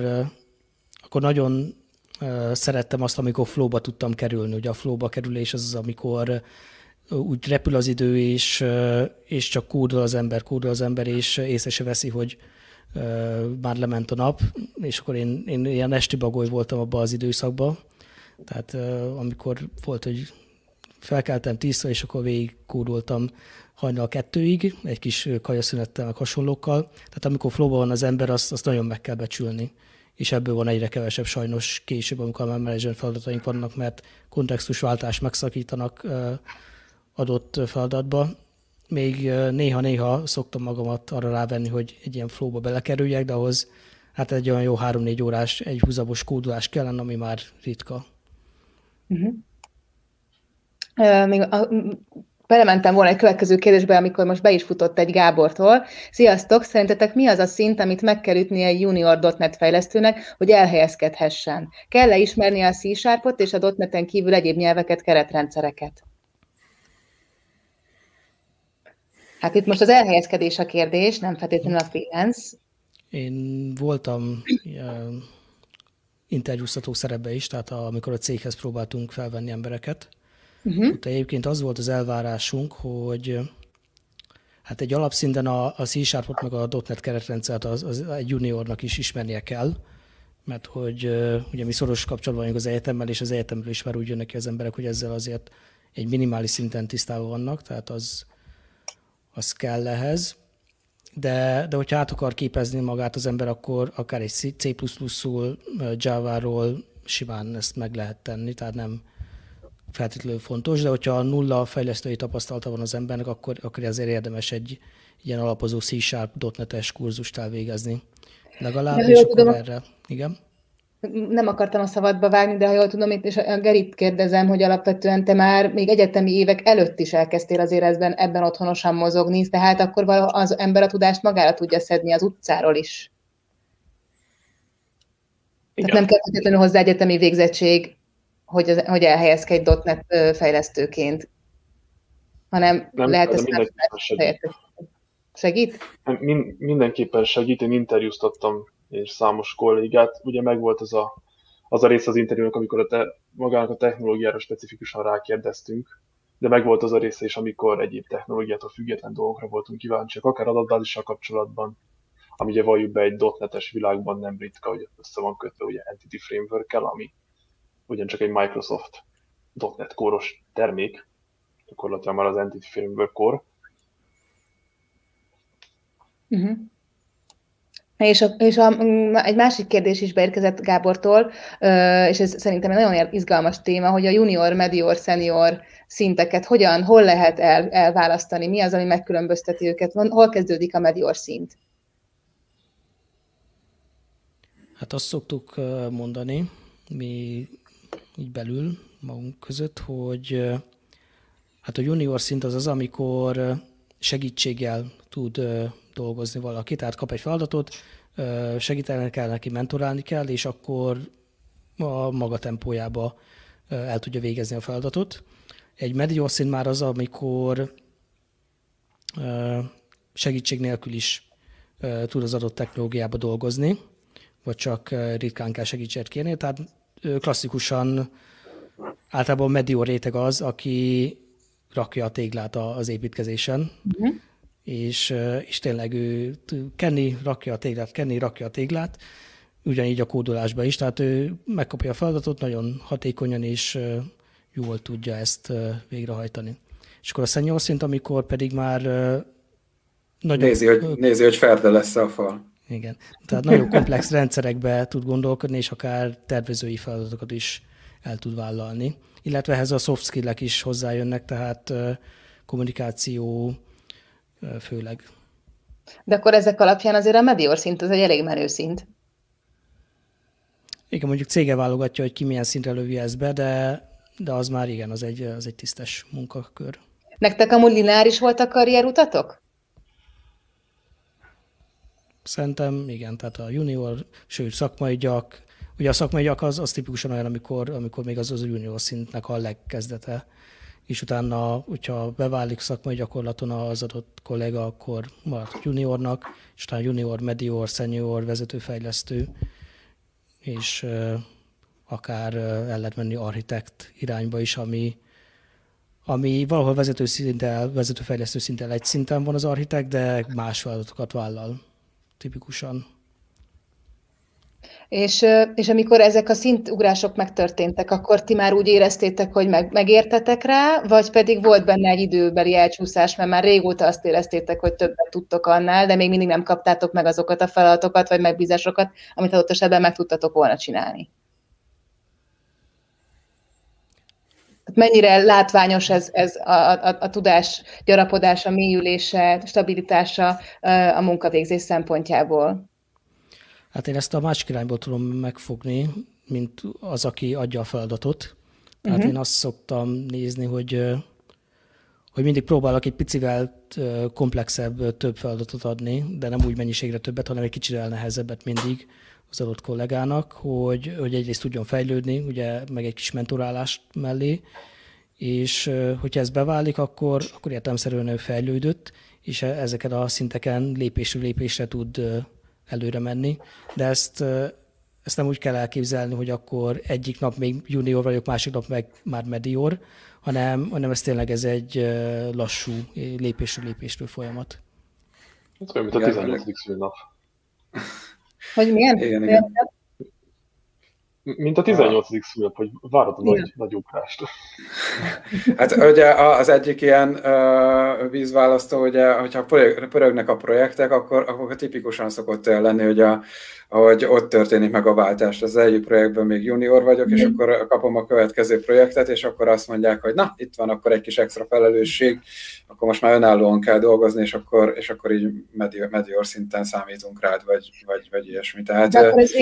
nagyon szerettem azt, amikor flowba tudtam kerülni. Ugye a flowba kerülés az, amikor úgy repül az idő, és csak kódol az ember, és észre se veszi, hogy már lement a nap, és akkor én ilyen esti bagoly voltam abban az időszakban. Tehát amikor volt, hogy felkeltem 10-től, és akkor végig kódoltam hajnal 2-ig, egy kis kajaszünettel, meg hasonlókkal. Tehát amikor flowban van az ember, azt nagyon meg kell becsülni. És ebből van egyre kevesebb sajnos később, amikor már menedzsment feladataink vannak, mert kontextusváltást megszakítanak adott feladatba. Még néha-néha szoktam magamat arra rávenni, hogy egy ilyen flowba belekerüljek, de ahhoz hát egy olyan jó 3-4 órás, egy húzamos kódolás kellene, ami már ritka. Belementem volna egy következő kérdésbe, amikor most be is futott egy Gábortól. Sziasztok! Szerintetek mi az a szint, amit meg kell ütni egy junior .NET fejlesztőnek, hogy elhelyezkedhessen? Kell-e ismerni a C-Sharpot és a .NET-en kívül egyéb nyelveket, keretrendszereket? Hát itt most az elhelyezkedés a kérdés, nem feltétlenül a freelance. Én voltam interjúztató szerepbe is, tehát amikor a céghez próbáltunk felvenni embereket. Ott egyébként az volt az elvárásunk, hogy hát egy alapszinten a C-Sharpot meg a .NET keretrendszert az egy juniornak is ismernie kell, mert hogy ugye mi szoros kapcsolatban vagyunk az egyetemmel, és az egyetemről is már úgy jönnek ki az emberek, hogy ezzel azért egy minimális szinten tisztában vannak, tehát az kell ehhez. De hogyha át akar képezni magát az ember, akkor akár egy C++-ról, Java-ról simán ezt meg lehet tenni, tehát nem feltétlenül fontos, de hogyha nulla fejlesztői tapasztalata van az embernek, akkor azért érdemes egy ilyen alapozó C# .NET-es kurzust elvégezni. Legalább, és akkor tudom, erre. Igen? Nem akartam a szabadba vágni, de ha jól tudom, és a Gerit kérdezem, hogy alapvetően te már még egyetemi évek előtt is elkezdtél azért ebben otthonosan mozogni, tehát akkor az ember a tudást magára tudja szedni az utcáról is. Igen. Tehát nem kell feltétlenül hozzá egyetemi végzettség, hogy elhelyezkedj .NET fejlesztőként, hanem nem, lehet ezt segít? Mindenképpen segít, én interjúztattam és számos kollégát. Ugye megvolt az a rész az interjúnak, amikor magának a technológiára specifikusan rákérdeztünk, de megvolt az a része is, amikor egyéb technológiától független dolgokra voltunk kíváncsiak, akár adatbázissal kapcsolatban, ami ugye valljuk be egy .NET-es világban nem ritka, hogy össze van kötve ugye Entity Framework-kel, ami ugyancsak egy Microsoft .NET Core-os termék, gyakorlatilag már az Entity Framework Core. Egy másik kérdés is beérkezett Gábortól, és ez szerintem egy nagyon izgalmas téma, hogy a junior, medior, senior szinteket hol lehet elválasztani, mi az, ami megkülönbözteti őket, hol kezdődik a medior szint? Hát azt szoktuk mondani, mi így belül magunk között, hogy hát a junior szint az, amikor segítséggel tud dolgozni valaki, tehát kap egy feladatot, segíteni kell neki, mentorálni kell, és akkor a maga tempójába el tudja végezni a feladatot. Egy medior szint már az, amikor segítség nélkül is tud az adott technológiába dolgozni, vagy csak ritkán kell segítséget kérni. Tehát klasszikusan általában a medior réteg az, aki rakja a téglát az építkezésen, és tényleg ő rakja a téglát, ugyanígy a kódolásban is, tehát ő megkapja a feladatot, nagyon hatékonyan és jól tudja ezt végrehajtani. És akkor a senior szint, amikor pedig már nagyon... Nézi, hogy ferde lesz a fal. Igen, tehát nagyon komplex rendszerekbe tud gondolkodni, és akár tervezői feladatokat is el tud vállalni. Illetve ehhez a soft skill-ek is hozzájönnek, tehát kommunikáció főleg. De akkor ezek alapján azért a medior szint az egy elég menő szint. Igen, mondjuk cége válogatja, hogy ki milyen szintre lövi ezt be, de az már igen, az egy tisztes munkakör. Nektek amúgy lineáris volt a karrierutatok? Szerintem igen, tehát a junior, sőt szakmai gyak, ugye a szakmai gyak az tipikusan olyan, amikor még az junior szintnek a legkezdete, és utána, hogyha beválik szakmai gyakorlaton az adott kollega, akkor marad juniornak, és utána junior, medior, senior, vezetőfejlesztő, és akár el lehet menni architekt irányba is, ami valahol vezetőfejlesztő szinten egy szinten van az architekt, de más feladatokat vállal tipikusan. És amikor ezek a szintugrások megtörténtek, akkor ti már úgy éreztétek, hogy megértetek rá, vagy pedig volt benne egy időbeli elcsúszás, mert már régóta azt éreztétek, hogy többet tudtok annál, de még mindig nem kaptátok meg azokat a feladatokat, vagy megbízásokat, amit adott esetben meg tudtatok volna csinálni? Mennyire látványos ez a tudás gyarapodása, mélyülése, stabilitása a munkavégzés szempontjából? Hát én ezt a másik irányból tudom megfogni, mint az, aki adja a feladatot. Tehát én azt szoktam nézni, hogy mindig próbálok egy picivel komplexebb, több feladatot adni, de nem úgy mennyiségre többet, hanem egy kicsit nehezebbet mindig az adott kollégának, hogy egyrészt tudjon fejlődni, ugye meg egy kis mentorálást mellé, és hogyha ez beválik, akkor értelemszerűen ő fejlődött, és ezeken a szinteken lépésről lépésre tud előre menni, de ezt nem úgy kell elképzelni, hogy akkor egyik nap még junior vagyok, másik nap meg már medior, hanem ez tényleg egy lassú lépésről folyamat. Ez olyan, mint a 18. szülnap. Hogy milyen? Igen. Mint a 18. szülnap, hogy várod a nagy ugrást. Hát ugye az egyik ilyen vízválasztó, ugye, hogyha pörögnek a projektek, akkor tipikusan szokott lenni, hogy ott történik meg a váltás. Az egyik projektben még junior vagyok, és akkor kapom a következő projektet, és akkor azt mondják, hogy na, itt van akkor egy kis extra felelősség, akkor most már önállóan kell dolgozni, és akkor így medior szinten számítunk rád, vagy ilyesmi. Tehát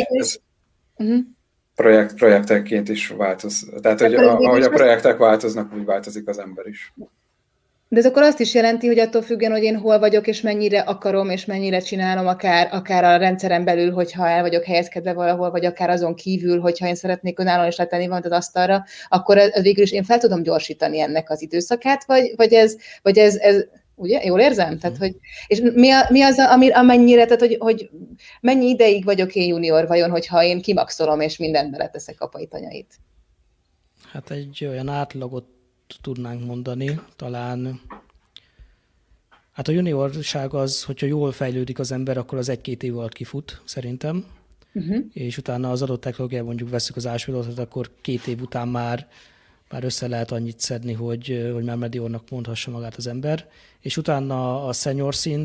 projektekként is változ. Tehát, hogy ahogy a projektek változnak, úgy változik az ember is. De ez akkor azt is jelenti, hogy attól függően, hogy én hol vagyok, és mennyire akarom, és mennyire csinálom, akár a rendszeren belül, hogyha el vagyok helyezkedve valahol, vagy akár azon kívül, hogyha én szeretnék önállóan is letenni valamit az asztalra, akkor végül is én fel tudom gyorsítani ennek az időszakát, vagy ez ugye? Jól érzem? Tehát, hogy, és mi az, amennyire, tehát, hogy mennyi ideig vagyok én junior vajon, hogyha én kimaxolom, és mindent beleteszek apait-anyait? Hát egy olyan átlagot tudnánk mondani, talán. Hát a juniorság az, hogyha jól fejlődik az ember, akkor az 1-2 év alatt kifut, szerintem. És utána az adott technológiában mondjuk veszük az áspilotot, akkor 2 év után már össze lehet annyit szedni, hogy már mediornak mondhassa magát az ember. És utána a senior szint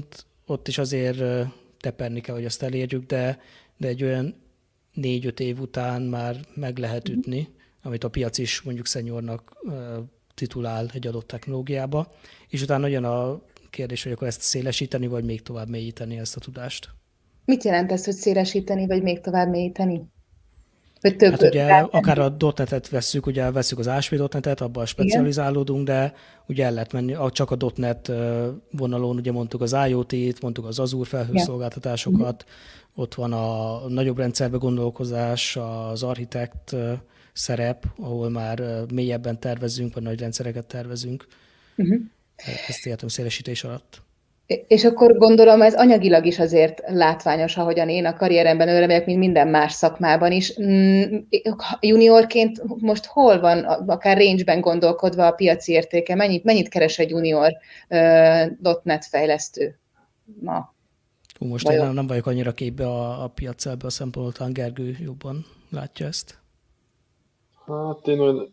ott is azért teperni kell, hogy azt elérjük, de egy olyan 4-5 év után már meg lehet ütni, amit a piac is mondjuk seniornak titulál egy adott technológiába, és utána jön a kérdés, hogy akkor ezt szélesíteni, vagy még tovább mélyíteni ezt a tudást. Mit jelent ez, hogy szélesíteni, vagy még tovább mélyíteni? Hogy több hát ugye akár a .NET-et vesszük, ugye vesszük az ASP.NET-et, abban specializálódunk, de ugye el lehet menni, csak a .NET vonalon, ugye mondtuk az IoT-t, mondtuk az Azure felhőszolgáltatásokat, ott van a nagyobb rendszerbe gondolkozás, az architekt szerep, ahol már mélyebben tervezünk, vagy nagy rendszereket tervezünk. Ezt értem szélesítés alatt. És akkor gondolom, ez anyagilag is azért látványos, ahogyan én a karrieremben előre megyek, mint minden más szakmában is. Juniorként most hol van, akár range-ben gondolkodva a piaci értéke? Mennyit keres egy junior .NET fejlesztő ma? Most én nem vagyok annyira képbe a piac ebből a szempontból, talán Gergő jobban látja ezt. Hát én olyan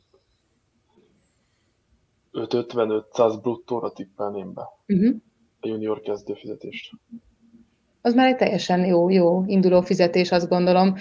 550-500 bruttóra tippelném be a junior kezdőfizetést. Az már egy teljesen jó induló fizetés, azt gondolom,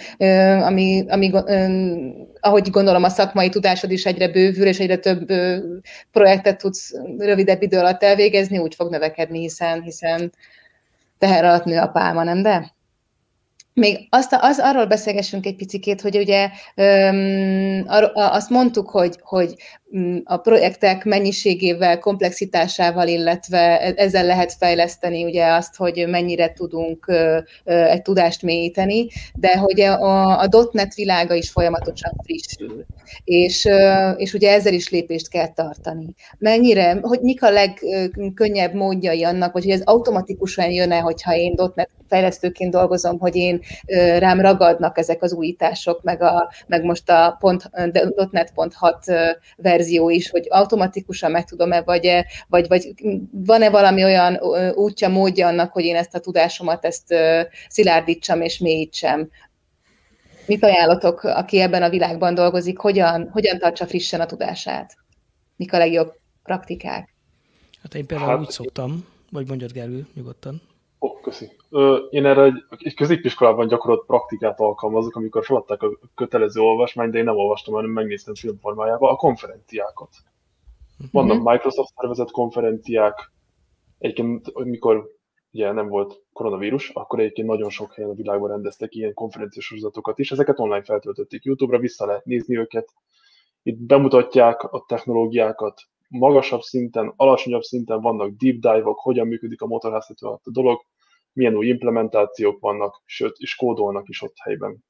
ahogy gondolom a szakmai tudásod is egyre bővül, és egyre több projektet tudsz rövidebb idő alatt elvégezni, úgy fog növekedni, hiszen teher alatt nő a pálma, nem de? Még arról beszélgessünk egy picikét, hogy ugye azt mondtuk, hogy a projektek mennyiségével, komplexitásával, illetve ezzel lehet fejleszteni ugye azt, hogy mennyire tudunk egy tudást mélyíteni, de hogy a .NET világa is folyamatosan frissül, és ugye ezzel is lépést kell tartani. Mik a legkönnyebb módjai annak, vagy hogy ez automatikusan jön-e, hogyha én .NET fejlesztőként dolgozom, hogy én rám ragadnak ezek az újítások, meg most a .NET.6 verzió is, hogy automatikusan meg tudom-e, vagy van-e valami olyan útja, módja annak, hogy én ezt a tudásomat szilárdítsam és mélyítsem. Mit ajánlotok, aki ebben a világban dolgozik, hogyan tartsa frissen a tudását? Mik a legjobb praktikák? Hát én például úgy szoktam, vagy mondjad Gergő, nyugodtan. Köszi. Én erre egy középiskolában gyakorolt praktikát alkalmazok, amikor feladták a kötelező olvasmányt, de én nem olvastam, hanem megnéztem filmformájában a konferenciákat. Vannak Microsoft szervezett konferenciák, egyébként mikor ugye nem volt koronavírus, akkor egyébként nagyon sok helyen a világban rendeztek ilyen konferenciasorozatokat is, ezeket online feltöltötték YouTube-ra, vissza lehet nézni őket. Itt bemutatják a technológiákat, magasabb szinten, alacsonyabb szinten vannak deep dive-ok, hogyan működik a motorháztető alatt a dolog, milyen új implementációk vannak, sőt, és kódolnak is ott helyben.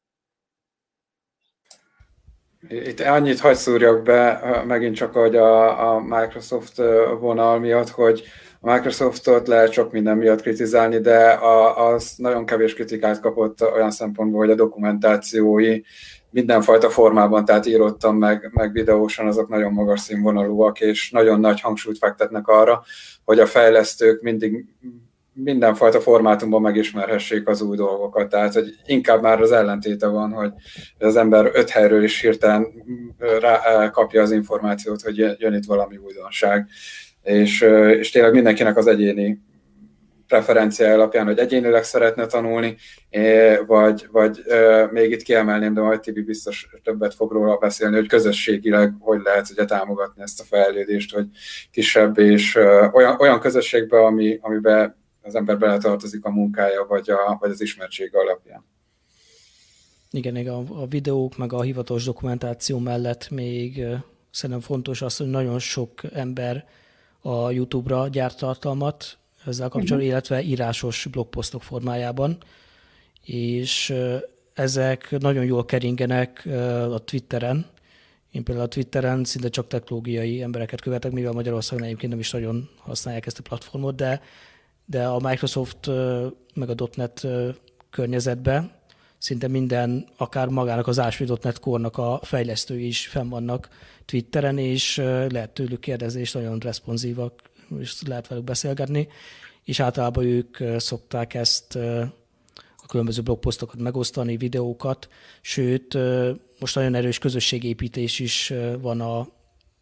Itt annyit hadd szúrjak be, megint csak hogy a Microsoft vonal miatt, hogy a Microsoftot lehet sok minden miatt kritizálni, de az nagyon kevés kritikát kapott olyan szempontból, hogy a dokumentációi mindenfajta formában, tehát írottan, meg videósan, azok nagyon magas színvonalúak, és nagyon nagy hangsúlyt fektetnek arra, hogy a fejlesztők mindig mindenfajta formátumban megismerhessék az új dolgokat. Tehát, hogy inkább már az ellentéte van, hogy az ember 5 helyről is hirtelen kapja az információt, hogy jön itt valami újdonság. És tényleg mindenkinek az egyéni preferenciája alapján, hogy egyénileg szeretne tanulni, vagy még itt kiemelném, de majd Tibi biztos többet fog róla beszélni, hogy közösségileg hogy lehet ugye támogatni ezt a fejlődést, hogy kisebb és olyan közösségbe, amiben az ember beletartozik a munkája, vagy az ismertsége alapján. Igen, a videók, meg a hivatalos dokumentáció mellett még szerintem fontos az, hogy nagyon sok ember a YouTube-ra gyárt tartalmat ezzel kapcsolatban, illetve írásos blogposztok formájában, és ezek nagyon jól keringenek a Twitteren. Én például a Twitteren szinte csak technológiai embereket követek, mivel Magyarországon egyébként nem is nagyon használják ezt a platformot, de a Microsoft meg a .NET környezetben szinte minden, akár magának az ASP.NET Core-nak a fejlesztői is fenn vannak Twitteren, és lehet tőlük kérdezni, és nagyon responsívak, és lehet velük beszélgetni, és általában ők szokták ezt a különböző blogposztokat megosztani, videókat, sőt, most nagyon erős közösségépítés is van a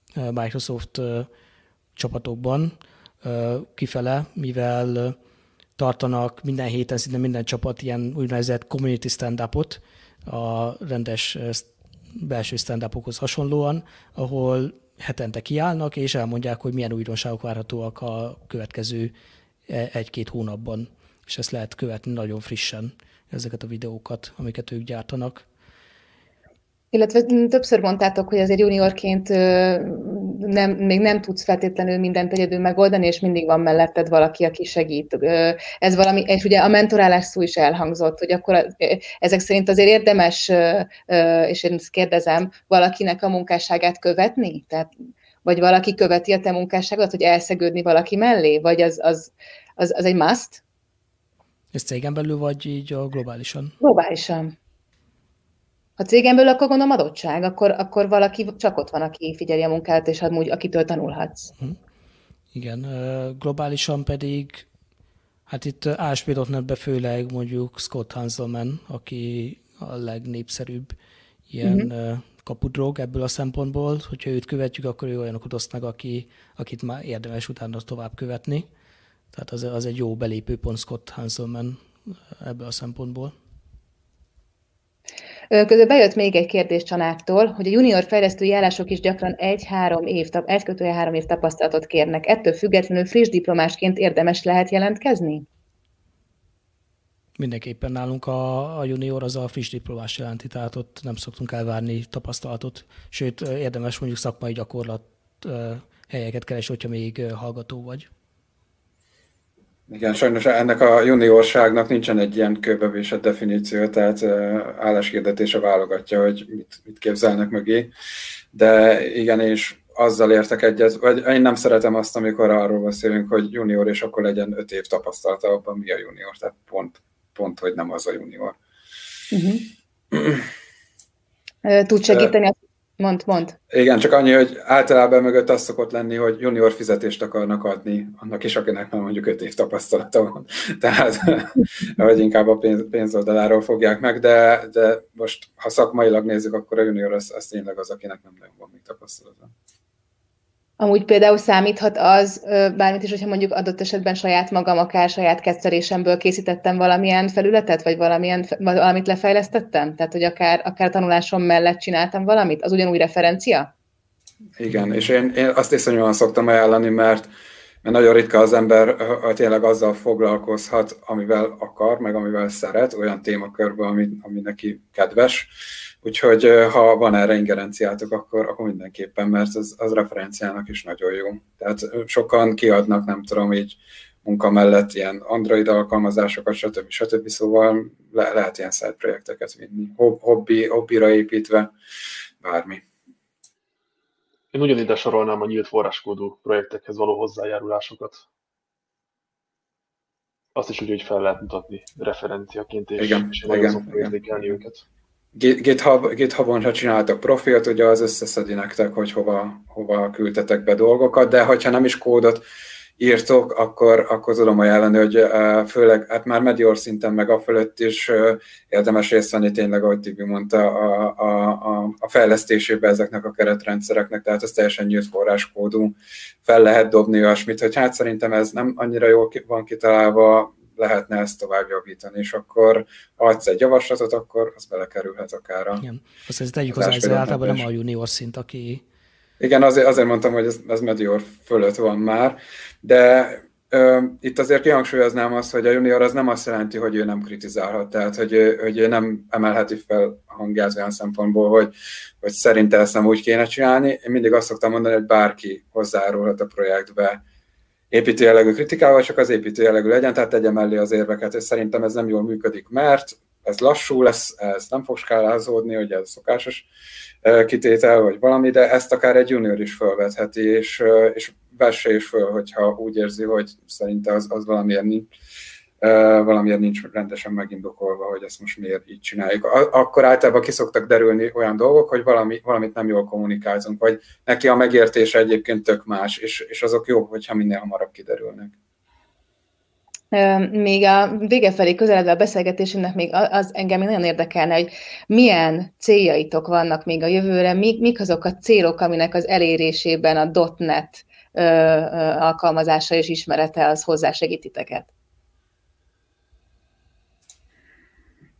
Microsoft csapatokban kifele, mivel tartanak minden héten, szinte minden csapat ilyen úgynevezett community stand-upot a rendes belső stand-upokhoz hasonlóan, ahol hetente kiállnak, és elmondják, hogy milyen újdonságok várhatóak a következő 1-2 hónapban. És ezt lehet követni nagyon frissen, ezeket a videókat, amiket ők gyártanak. Illetve többször mondtátok, hogy azért juniorként még nem tudsz feltétlenül mindent egyedül megoldani, és mindig van melletted valaki, aki segít. Ez valami, és ugye a mentorálás szó is elhangzott, hogy akkor ezek szerint azért érdemes, és én ezt kérdezem, valakinek a munkásságát követni? Tehát, vagy valaki követi a te munkásságodat, hogy elszegődni valaki mellé? Vagy az egy must? Ez cégen belül, vagy így globálisan? Globálisan. Ha cégen belül, akkor gondolom adottság, akkor valaki csak ott van, aki figyeli a munkát, és amúgy akitől tanulhatsz. Igen, globálisan pedig, hát itt ASP.NET-ben főleg mondjuk Scott Hanselman, aki a legnépszerűbb ilyen kapudrog ebből a szempontból, hogyha őt követjük, akkor ő olyanokat oszt meg, akit már érdemes utána tovább követni. Tehát az egy jó belépőpont Scott Hanselman ebből a szempontból. Közben bejött még egy kérdés Csanáktól, hogy a junior fejlesztői állások is gyakran 1-3 év tapasztalatot kérnek. Ettől függetlenül friss diplomásként érdemes lehet jelentkezni? Mindenképpen nálunk a junior az a friss diplomás jelenti, tehát ott nem szoktunk elvárni tapasztalatot. Sőt, érdemes mondjuk szakmai gyakorlat helyeket keresni, hogyha még hallgató vagy. Igen, sajnos ennek a juniorságnak nincsen egy ilyen kőbevésett definíció, tehát álláshirdetése válogatja, hogy mit képzelnek mögé. De igen, és azzal értek egyet, vagy én nem szeretem azt, amikor arról beszélünk, hogy junior, és akkor legyen 5 év tapasztalata abban, mi a junior. Tehát pont hogy nem az a junior. Tud segíteni? Mond. Igen, csak annyi, hogy általában mögött az szokott lenni, hogy junior fizetést akarnak adni annak is, akinek már mondjuk 5 év tapasztalata van. Tehát, vagy inkább a pénzoldaláról fogják meg, de most, ha szakmailag nézzük, akkor a junior az tényleg az, akinek nem nagyon van még tapasztalata. Amit például számíthat az, bármit is, hogyha mondjuk adott esetben saját magam, akár saját kettelésemből készítettem valamilyen felületet, vagy valamit lefejlesztettem? Tehát, hogy akár tanulásom mellett csináltam valamit? Az ugyanúgy referencia? Igen, és én azt iszonyúan szoktam ajánlani, mert nagyon ritka az ember tényleg azzal foglalkozhat, amivel akar, meg amivel szeret, olyan témakörben, ami neki kedves. Úgyhogy ha van erre ingerenciátok, akkor mindenképpen, mert az referenciának is nagyon jó. Tehát sokan kiadnak, nem tudom, így munka mellett ilyen Android alkalmazásokat, stb. Szóval lehet ilyen side projekteket vinni. Hobbira építve, bármi. Én ugyanide sorolnám a nyílt forráskódú projektekhez való hozzájárulásokat. Azt is úgy, hogy fel lehet mutatni referenciaként, és nagyon szoktuk értékelni őket. GitHubon, ha csináltak profilt, ugye az összeszedi nektek, hogy hova küldtetek be dolgokat, de ha nem is kódot írtok, akkor tudom ajánlani, hogy főleg, hát már Medior szinten meg a fölött is érdemes részt venni tényleg, ahogy Tibi mondta, a fejlesztésében ezeknek a keretrendszereknek, tehát ez teljesen nyílt forráskódú, fel lehet dobni olyasmit, hogy hát szerintem ez nem annyira jól van kitalálva, lehetne ezt tovább javítani, és akkor adsz egy javaslatot, akkor az belekerülhet akár a... Igen, azt tegyük hozzá, ez általában nem a junior szint, aki... Igen, azért mondtam, hogy ez Medior fölött van már, de itt azért kihangsúlyoznám azt, hogy a junior az nem azt jelenti, hogy ő nem kritizálhat, tehát hogy ő nem emelheti fel a hangját olyan szempontból, hogy szerinte ezt nem úgy kéne csinálni. Én mindig azt szoktam mondani, hogy bárki hozzájárulhat a projektbe építő jellegű kritikával, csak az építő jellegű legyen, tehát tegye mellé az érveket, és szerintem ez nem jól működik, mert ez lassú lesz, ez nem fog skálázódni, hogy ez szokásos kitétel, vagy valami, de ezt akár egy junior is felvetheti, és vesse is föl, hogyha úgy érzi, hogy szerinte az valamiért nincs rendesen megindokolva, hogy ezt most miért így csináljuk. Akkor általában ki szoktak derülni olyan dolgok, hogy valamit nem jól kommunikálunk, vagy neki a megértése egyébként tök más, és azok jó, hogyha minél hamarabb kiderülnek. Még a vége felé közeledve a beszélgetésünknek még az engem nagyon érdekelne, hogy milyen céljaitok vannak még a jövőre, mik azok a célok, aminek az elérésében a .NET alkalmazása és ismerete az hozzásegít titeket?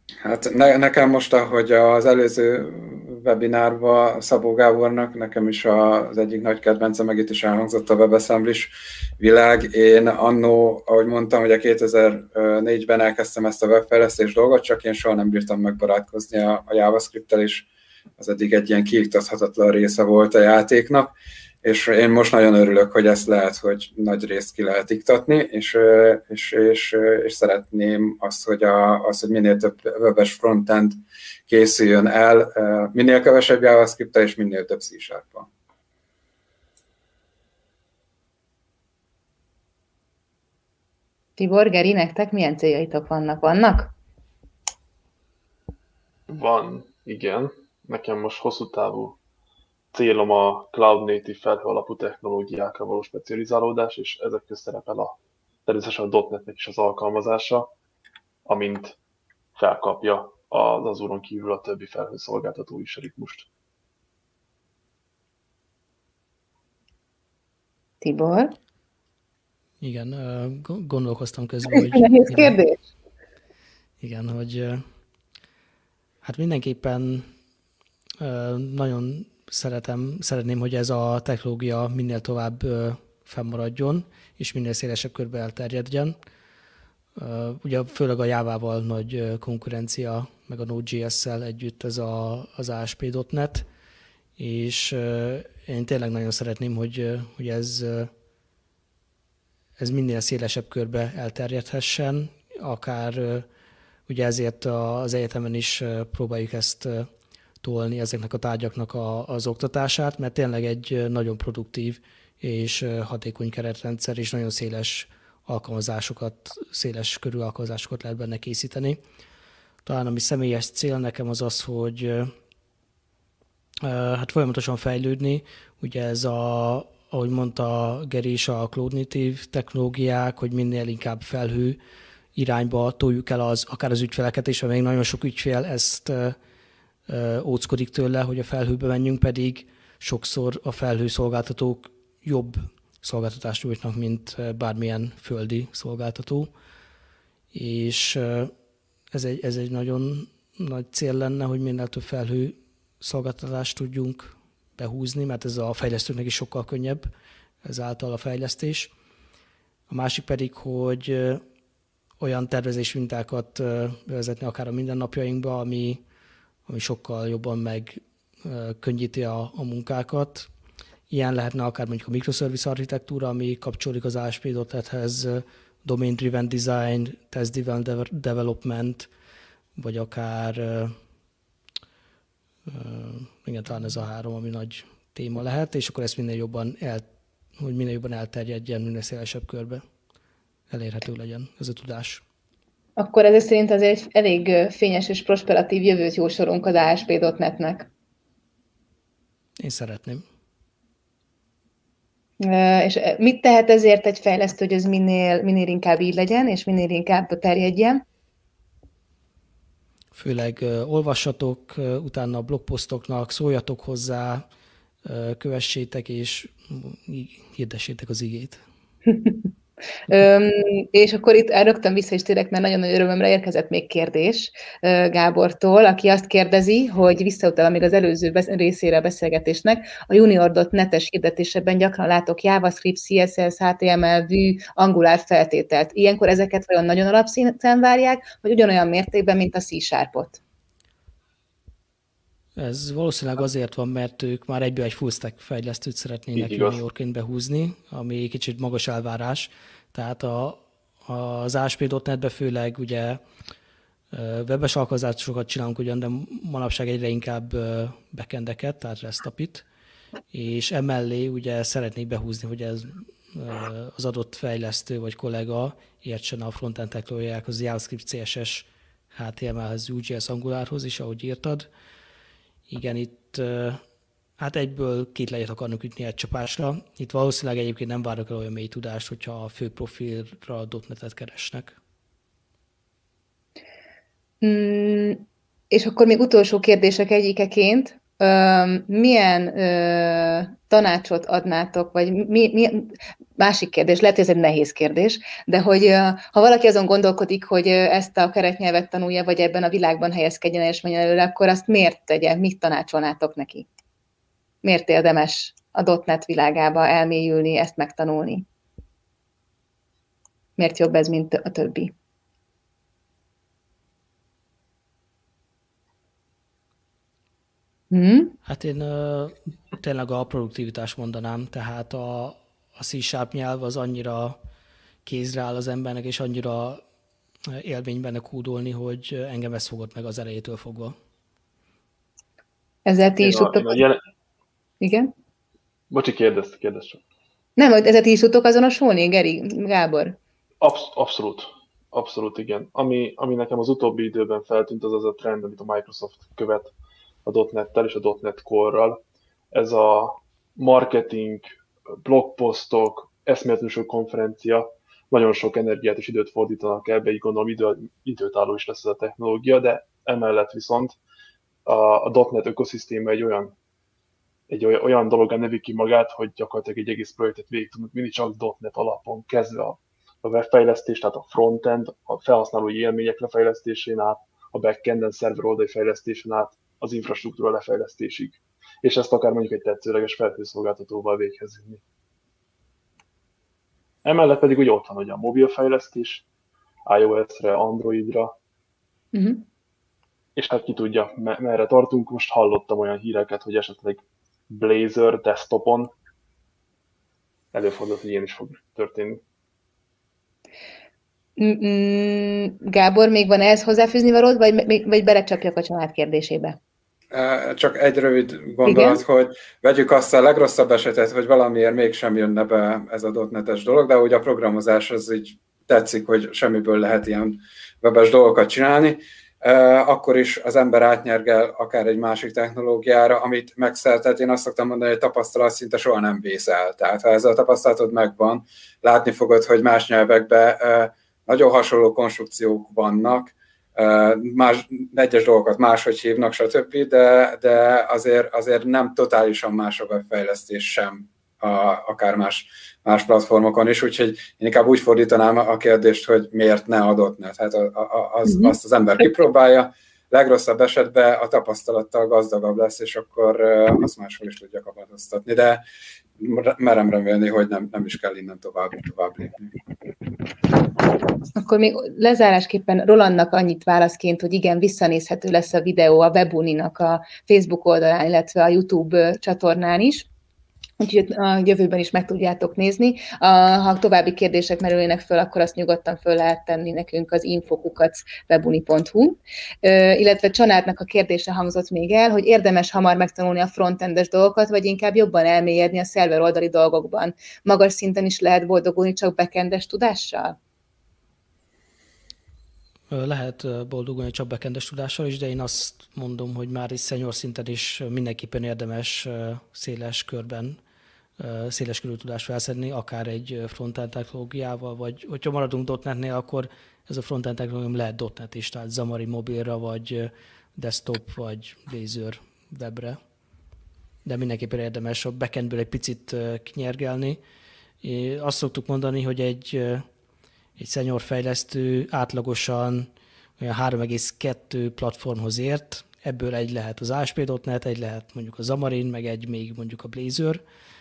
Hát nekem most, ahogy az előző webinárban Szabó Gábornak, nekem is az egyik nagy kedvence, meg itt is elhangzott a WebAssembly világ. Én annó, ahogy mondtam, hogy a 2004-ben elkezdtem ezt a webfejlesztés dolgot, csak én soha nem bírtam megbarátkozni a JavaScript-tel, és az eddig egy ilyen kiiktathatatlan része volt a játéknak. És én most nagyon örülök, hogy ezt lehet, hogy nagy részt ki lehet iktatni, és szeretném azt, hogy minél több webes frontend készüljön el, minél kevesebb JavaScript-tel és minél több C-sharp-ban. Tibor, Geri, nektek milyen céljaitok vannak? Vannak? Van, igen. Nekem most hosszú távú célom a Cloud Native felhő alapú technológiákra való specializálódás, és ezek közt szerepel természetesen a .NET-nek is az alkalmazása, amint felkapja az Azuron kívül a többi felhőszolgáltató is a ritmust. Tibor? Igen, gondolkoztam közben, hogy... Nehéz kérdés. Igen, hogy hát mindenképpen nagyon szeretném, hogy ez a technológia minél tovább fennmaradjon, és minél szélesebb körbe elterjedjen. Ugye főleg a Java-val nagy konkurencia, meg a Node.js-szel együtt ez az ASP.NET, és én tényleg nagyon szeretném, hogy ez minél szélesebb körbe elterjedhessen, akár ugye ezért az egyetemen is próbáljuk ezt tolni, ezeknek a tárgyaknak az oktatását, mert tényleg egy nagyon produktív és hatékony keretrendszer, és nagyon széles körű alkalmazásokat lehet benne készíteni. Talán ami személyes cél nekem az, hogy hát folyamatosan fejlődni, ugye ez ahogy mondta Geri is, a Cloud Native technológiák, hogy minél inkább felhő irányba toljuk el akár az ügyfeleket, és még nagyon sok ügyfél ezt óckodik tőle, hogy a felhőbe menjünk, pedig sokszor a felhő szolgáltatók jobb szolgáltatást nyújtnak, mint bármilyen földi szolgáltató. És ez egy nagyon nagy cél lenne, hogy minél több felhő szolgáltatást tudjunk behúzni, mert ez a fejlesztőknek is sokkal könnyebb ezáltal a fejlesztés. A másik pedig, hogy olyan tervezés mintákat bevezetni akár a mindennapjainkba, ami sokkal jobban megkönnyíti a munkákat. Ilyen lehetne akár mondjuk a microservice architektúra, ami kapcsolódik az ASP.NET-hez, domain-driven design, test-driven development, vagy akár igen, talán ez a három, ami nagy téma lehet, és akkor ezt minél jobban elterjedjen, minél szélesebb körbe elérhető legyen ez a tudás. Akkor ez szerint azért egy elég fényes és prosperatív jövőt jósolunk az ASP.NET-nek. Én szeretném. És mit tehet ezért egy fejlesztő, hogy ez minél inkább így legyen, és minél inkább terjedjen? Főleg olvassatok utána a blogposztoknak, szóljatok hozzá, kövessétek és hirdessétek az igét. És akkor itt rögtön vissza is térek, mert nagyon nagy örömömre érkezett még kérdés Gábortól, aki azt kérdezi, hogy visszautalva még az előző részére a beszélgetésnek, a junior.net-es hirdetésében gyakran látok JavaScript, CSS, HTML, Vue, Angular feltételt. Ilyenkor ezeket vajon nagyon alapszinten várják, vagy ugyanolyan mértékben, mint a C#-ot? Ez valószínűleg azért van, mert ők már egyből egy full stack fejlesztőt szeretnének juniorként behúzni, ami kicsit magas elvárás. Tehát az ASP.NET-ben főleg ugye webes alkalmazásokat csinálunk ugyan, de manapság egyre inkább backendeket, tehát REST API-t, és emellé ugye szeretnék behúzni, hogy ez az adott fejlesztő vagy kollega értsen a frontend technológiákhoz, JavaScript, CSS, HTML-hez, Vue.js, Angularhoz is, ahogy írtad. Igen, itt hát egyből két legyet akarnak ütni egy csapásra. Itt valószínűleg egyébként nem várok el olyan mély tudást, hogyha a fő profilra .NET-et keresnek. És akkor még utolsó kérdések egyikeként. milyen tanácsot adnátok, vagy másik kérdés, lehet, hogy ez egy nehéz kérdés, de hogy ha valaki azon gondolkodik, hogy ezt a keretnyelvet tanulja, vagy ebben a világban helyezkedjen és menjen előre, akkor azt miért tegye, mit tanácsolnátok neki? Miért érdemes a .NET világába elmélyülni, ezt megtanulni? Miért jobb ez, mint a többi? Hát én tényleg a produktivitást mondanám, tehát a C# nyelv az annyira kézre áll az embernek, és annyira élmény benne kódolni, hogy engem ez fogott meg az elejétől fogva. Ezzel ti is tudtok... Igen? Bocsi, kérdezz csak. Nem, ezzel ti is tudtok azonosulni, Gábor? Abszolút igen. Ami nekem az utóbbi időben feltűnt, az a trend, amit a Microsoft követ a .NET-tel és a .NET Core-ral. Ez a marketing, blogposztok, eszméletlenül sok konferencia, nagyon sok energiát és időt fordítanak ebbe, így gondolom időtálló is lesz ez a technológia, de emellett viszont a .NET ökoszisztéma egy olyan dologgal nevi ki magát, hogy gyakorlatilag egy egész projektet végig tudunk vinni csak .NET alapon, kezdve a webfejlesztés, tehát a frontend, a felhasználói élmények lefejlesztésén át, a backenden szerver oldali fejlesztésen át, az infrastruktúra lefejlesztésig. És ezt akár mondjuk egy tetszőleges felhőszolgáltatóval véghez vinni. Emellett pedig úgy ott van, hogy a mobilfejlesztés, iOS-re, Androidra, és hát ki tudja, merre tartunk. Most hallottam olyan híreket, hogy esetleg Blazor desktopon előfordult, hogy ilyen is fog történni. Gábor, még van ehhez hozzáfűzni valód, vagy belecsapjak a család kérdésébe? Csak egy rövid gondolat, igen? Hogy vegyük azt a legrosszabb esetet, hogy valamiért mégsem jönne be ez a .NET-es dolog, de ugye a programozás az így tetszik, hogy semmiből lehet ilyen webes dolgokat csinálni, akkor is az ember átnyergel akár egy másik technológiára, amit megszertett. Én azt szoktam mondani, hogy tapasztalat szinte soha nem vész el. Tehát ha ez a tapasztalatod megvan, látni fogod, hogy más nyelvekben nagyon hasonló konstrukciók vannak, egyes dolgokat máshogy hívnak, stb., de azért nem totálisan más a webfejlesztés sem, akár más platformokon is, úgyhogy én inkább úgy fordítanám a kérdést, hogy miért ne adott .NET. Hát azt az ember kipróbálja, legrosszabb esetben a tapasztalattal gazdagabb lesz, és akkor azt máshol is tudja kamatoztatni, de merem remélni, hogy nem is kell innen tovább lépni. Akkor még lezárásképpen Rolandnak annyit válaszként, hogy igen, visszanézhető lesz a videó a Webuninak a Facebook oldalán, illetve a YouTube csatornán is. Úgyhogy a jövőben is meg tudjátok nézni. Ha további kérdések merülnének föl, akkor azt nyugodtan föl lehet tenni nekünk az info@webuni.hu. Illetve Csanádnak a kérdése hangzott még el, hogy érdemes hamar megtanulni a frontendes dolgokat, vagy inkább jobban elmélyedni a szerver oldali dolgokban. Magas szinten is lehet boldogulni csak backendes tudással? Lehet boldogulni csak backendes tudással is, de én azt mondom, hogy már is senior szinten is mindenképpen érdemes széles körben széles körű tudást felszedni, akár egy frontend technológiával, vagy hogyha maradunk .NET-nél, akkor ez a frontend technológia lehet .NET is, tehát Xamarin mobilra, vagy desktop, vagy Blazor webre. De mindenképpen érdemes a backendből egy picit kinyergelni. Azt szoktuk mondani, hogy egy senior fejlesztő átlagosan olyan 3,2 platformhoz ért, ebből egy lehet az ASP.NET, egy lehet mondjuk a Xamarin, meg egy még mondjuk a Blazor,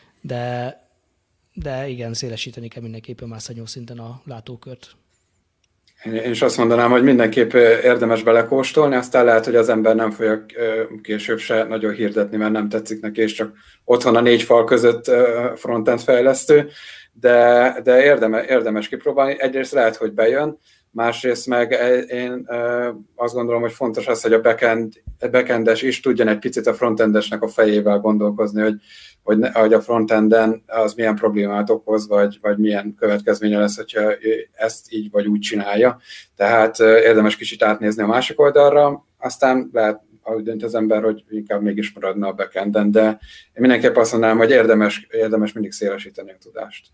de igen, szélesíteni kell mindenképpen már senior szinten a látókört. Én is azt mondanám, hogy mindenképp érdemes belekóstolni, aztán lehet, hogy az ember nem fogja később se nagyon hirdetni, mert nem tetszik neki, és csak otthon a 4 fal között frontend fejlesztő, de érdemes kipróbálni. Egyrészt lehet, hogy bejön, másrészt meg én azt gondolom, hogy fontos az, hogy a backendes is tudjon egy picit a frontendesnek a fejével gondolkozni, hogy a frontenden az milyen problémát okoz, vagy milyen következménye lesz, hogyha ezt így vagy úgy csinálja. Tehát érdemes kicsit átnézni a másik oldalra, aztán lehet, ahogy dönt az ember, hogy inkább mégis maradna a backenden, de én mindenképp azt mondanám, hogy érdemes mindig szélesíteni a tudást.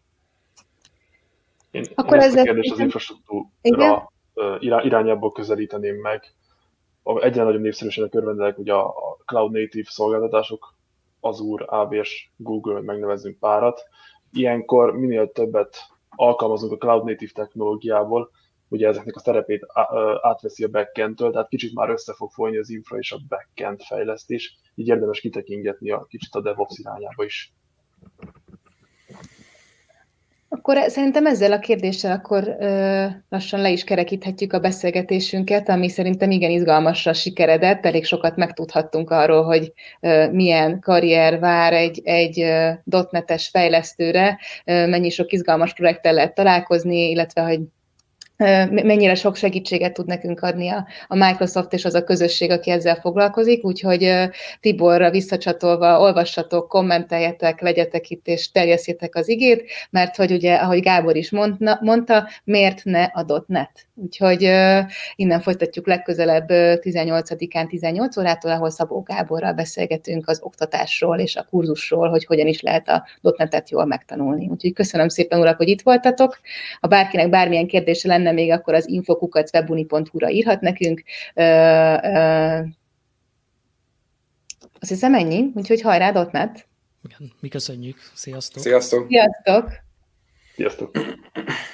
Én ezt a kérdést az infrastruktúra irányából közelíteném meg. egyre nagyobb népszerűségnek örvendenek ugye a cloud native szolgáltatások, Azure, AWS, Google, megnevezzünk párat. Ilyenkor minél többet alkalmazunk a cloud native technológiából, ugye ezeknek a szerepét átveszi a backend-től, tehát kicsit már össze fog folyni az infra és a backend fejlesztés, így érdemes kitekingetni a kicsit a DevOps irányába is. Akkor szerintem ezzel a kérdéssel akkor lassan le is kerekíthetjük a beszélgetésünket, ami szerintem igen izgalmasra sikeredett, elég sokat megtudhattunk arról, hogy milyen karrier vár egy .NET-es fejlesztőre, mennyi sok izgalmas projekttel lehet találkozni, illetve hogy mennyire sok segítséget tud nekünk adni a Microsoft és az a közösség, aki ezzel foglalkozik, úgyhogy Tiborra visszacsatolva olvassatok, kommenteljetek, legyetek itt és terjesszétek az igét, mert hogy ugye, ahogy Gábor is mondta, miért ne a .NET? Úgyhogy innen folytatjuk legközelebb 18-án 18 órától, ahol Szabó Gáborral beszélgetünk az oktatásról és a kurzusról, hogy hogyan is lehet a .NET-et jól megtanulni. Úgyhogy köszönöm szépen, urak, hogy itt voltatok. Ha bárkinek bármilyen kérdése lenne még, akkor az info@webuni.hu-ra írhat nekünk. Azt hiszem ennyi, úgyhogy hajrá .NET! Igen, mi köszönjük. Sziasztok! Sziasztok! Sziasztok! Sziasztok!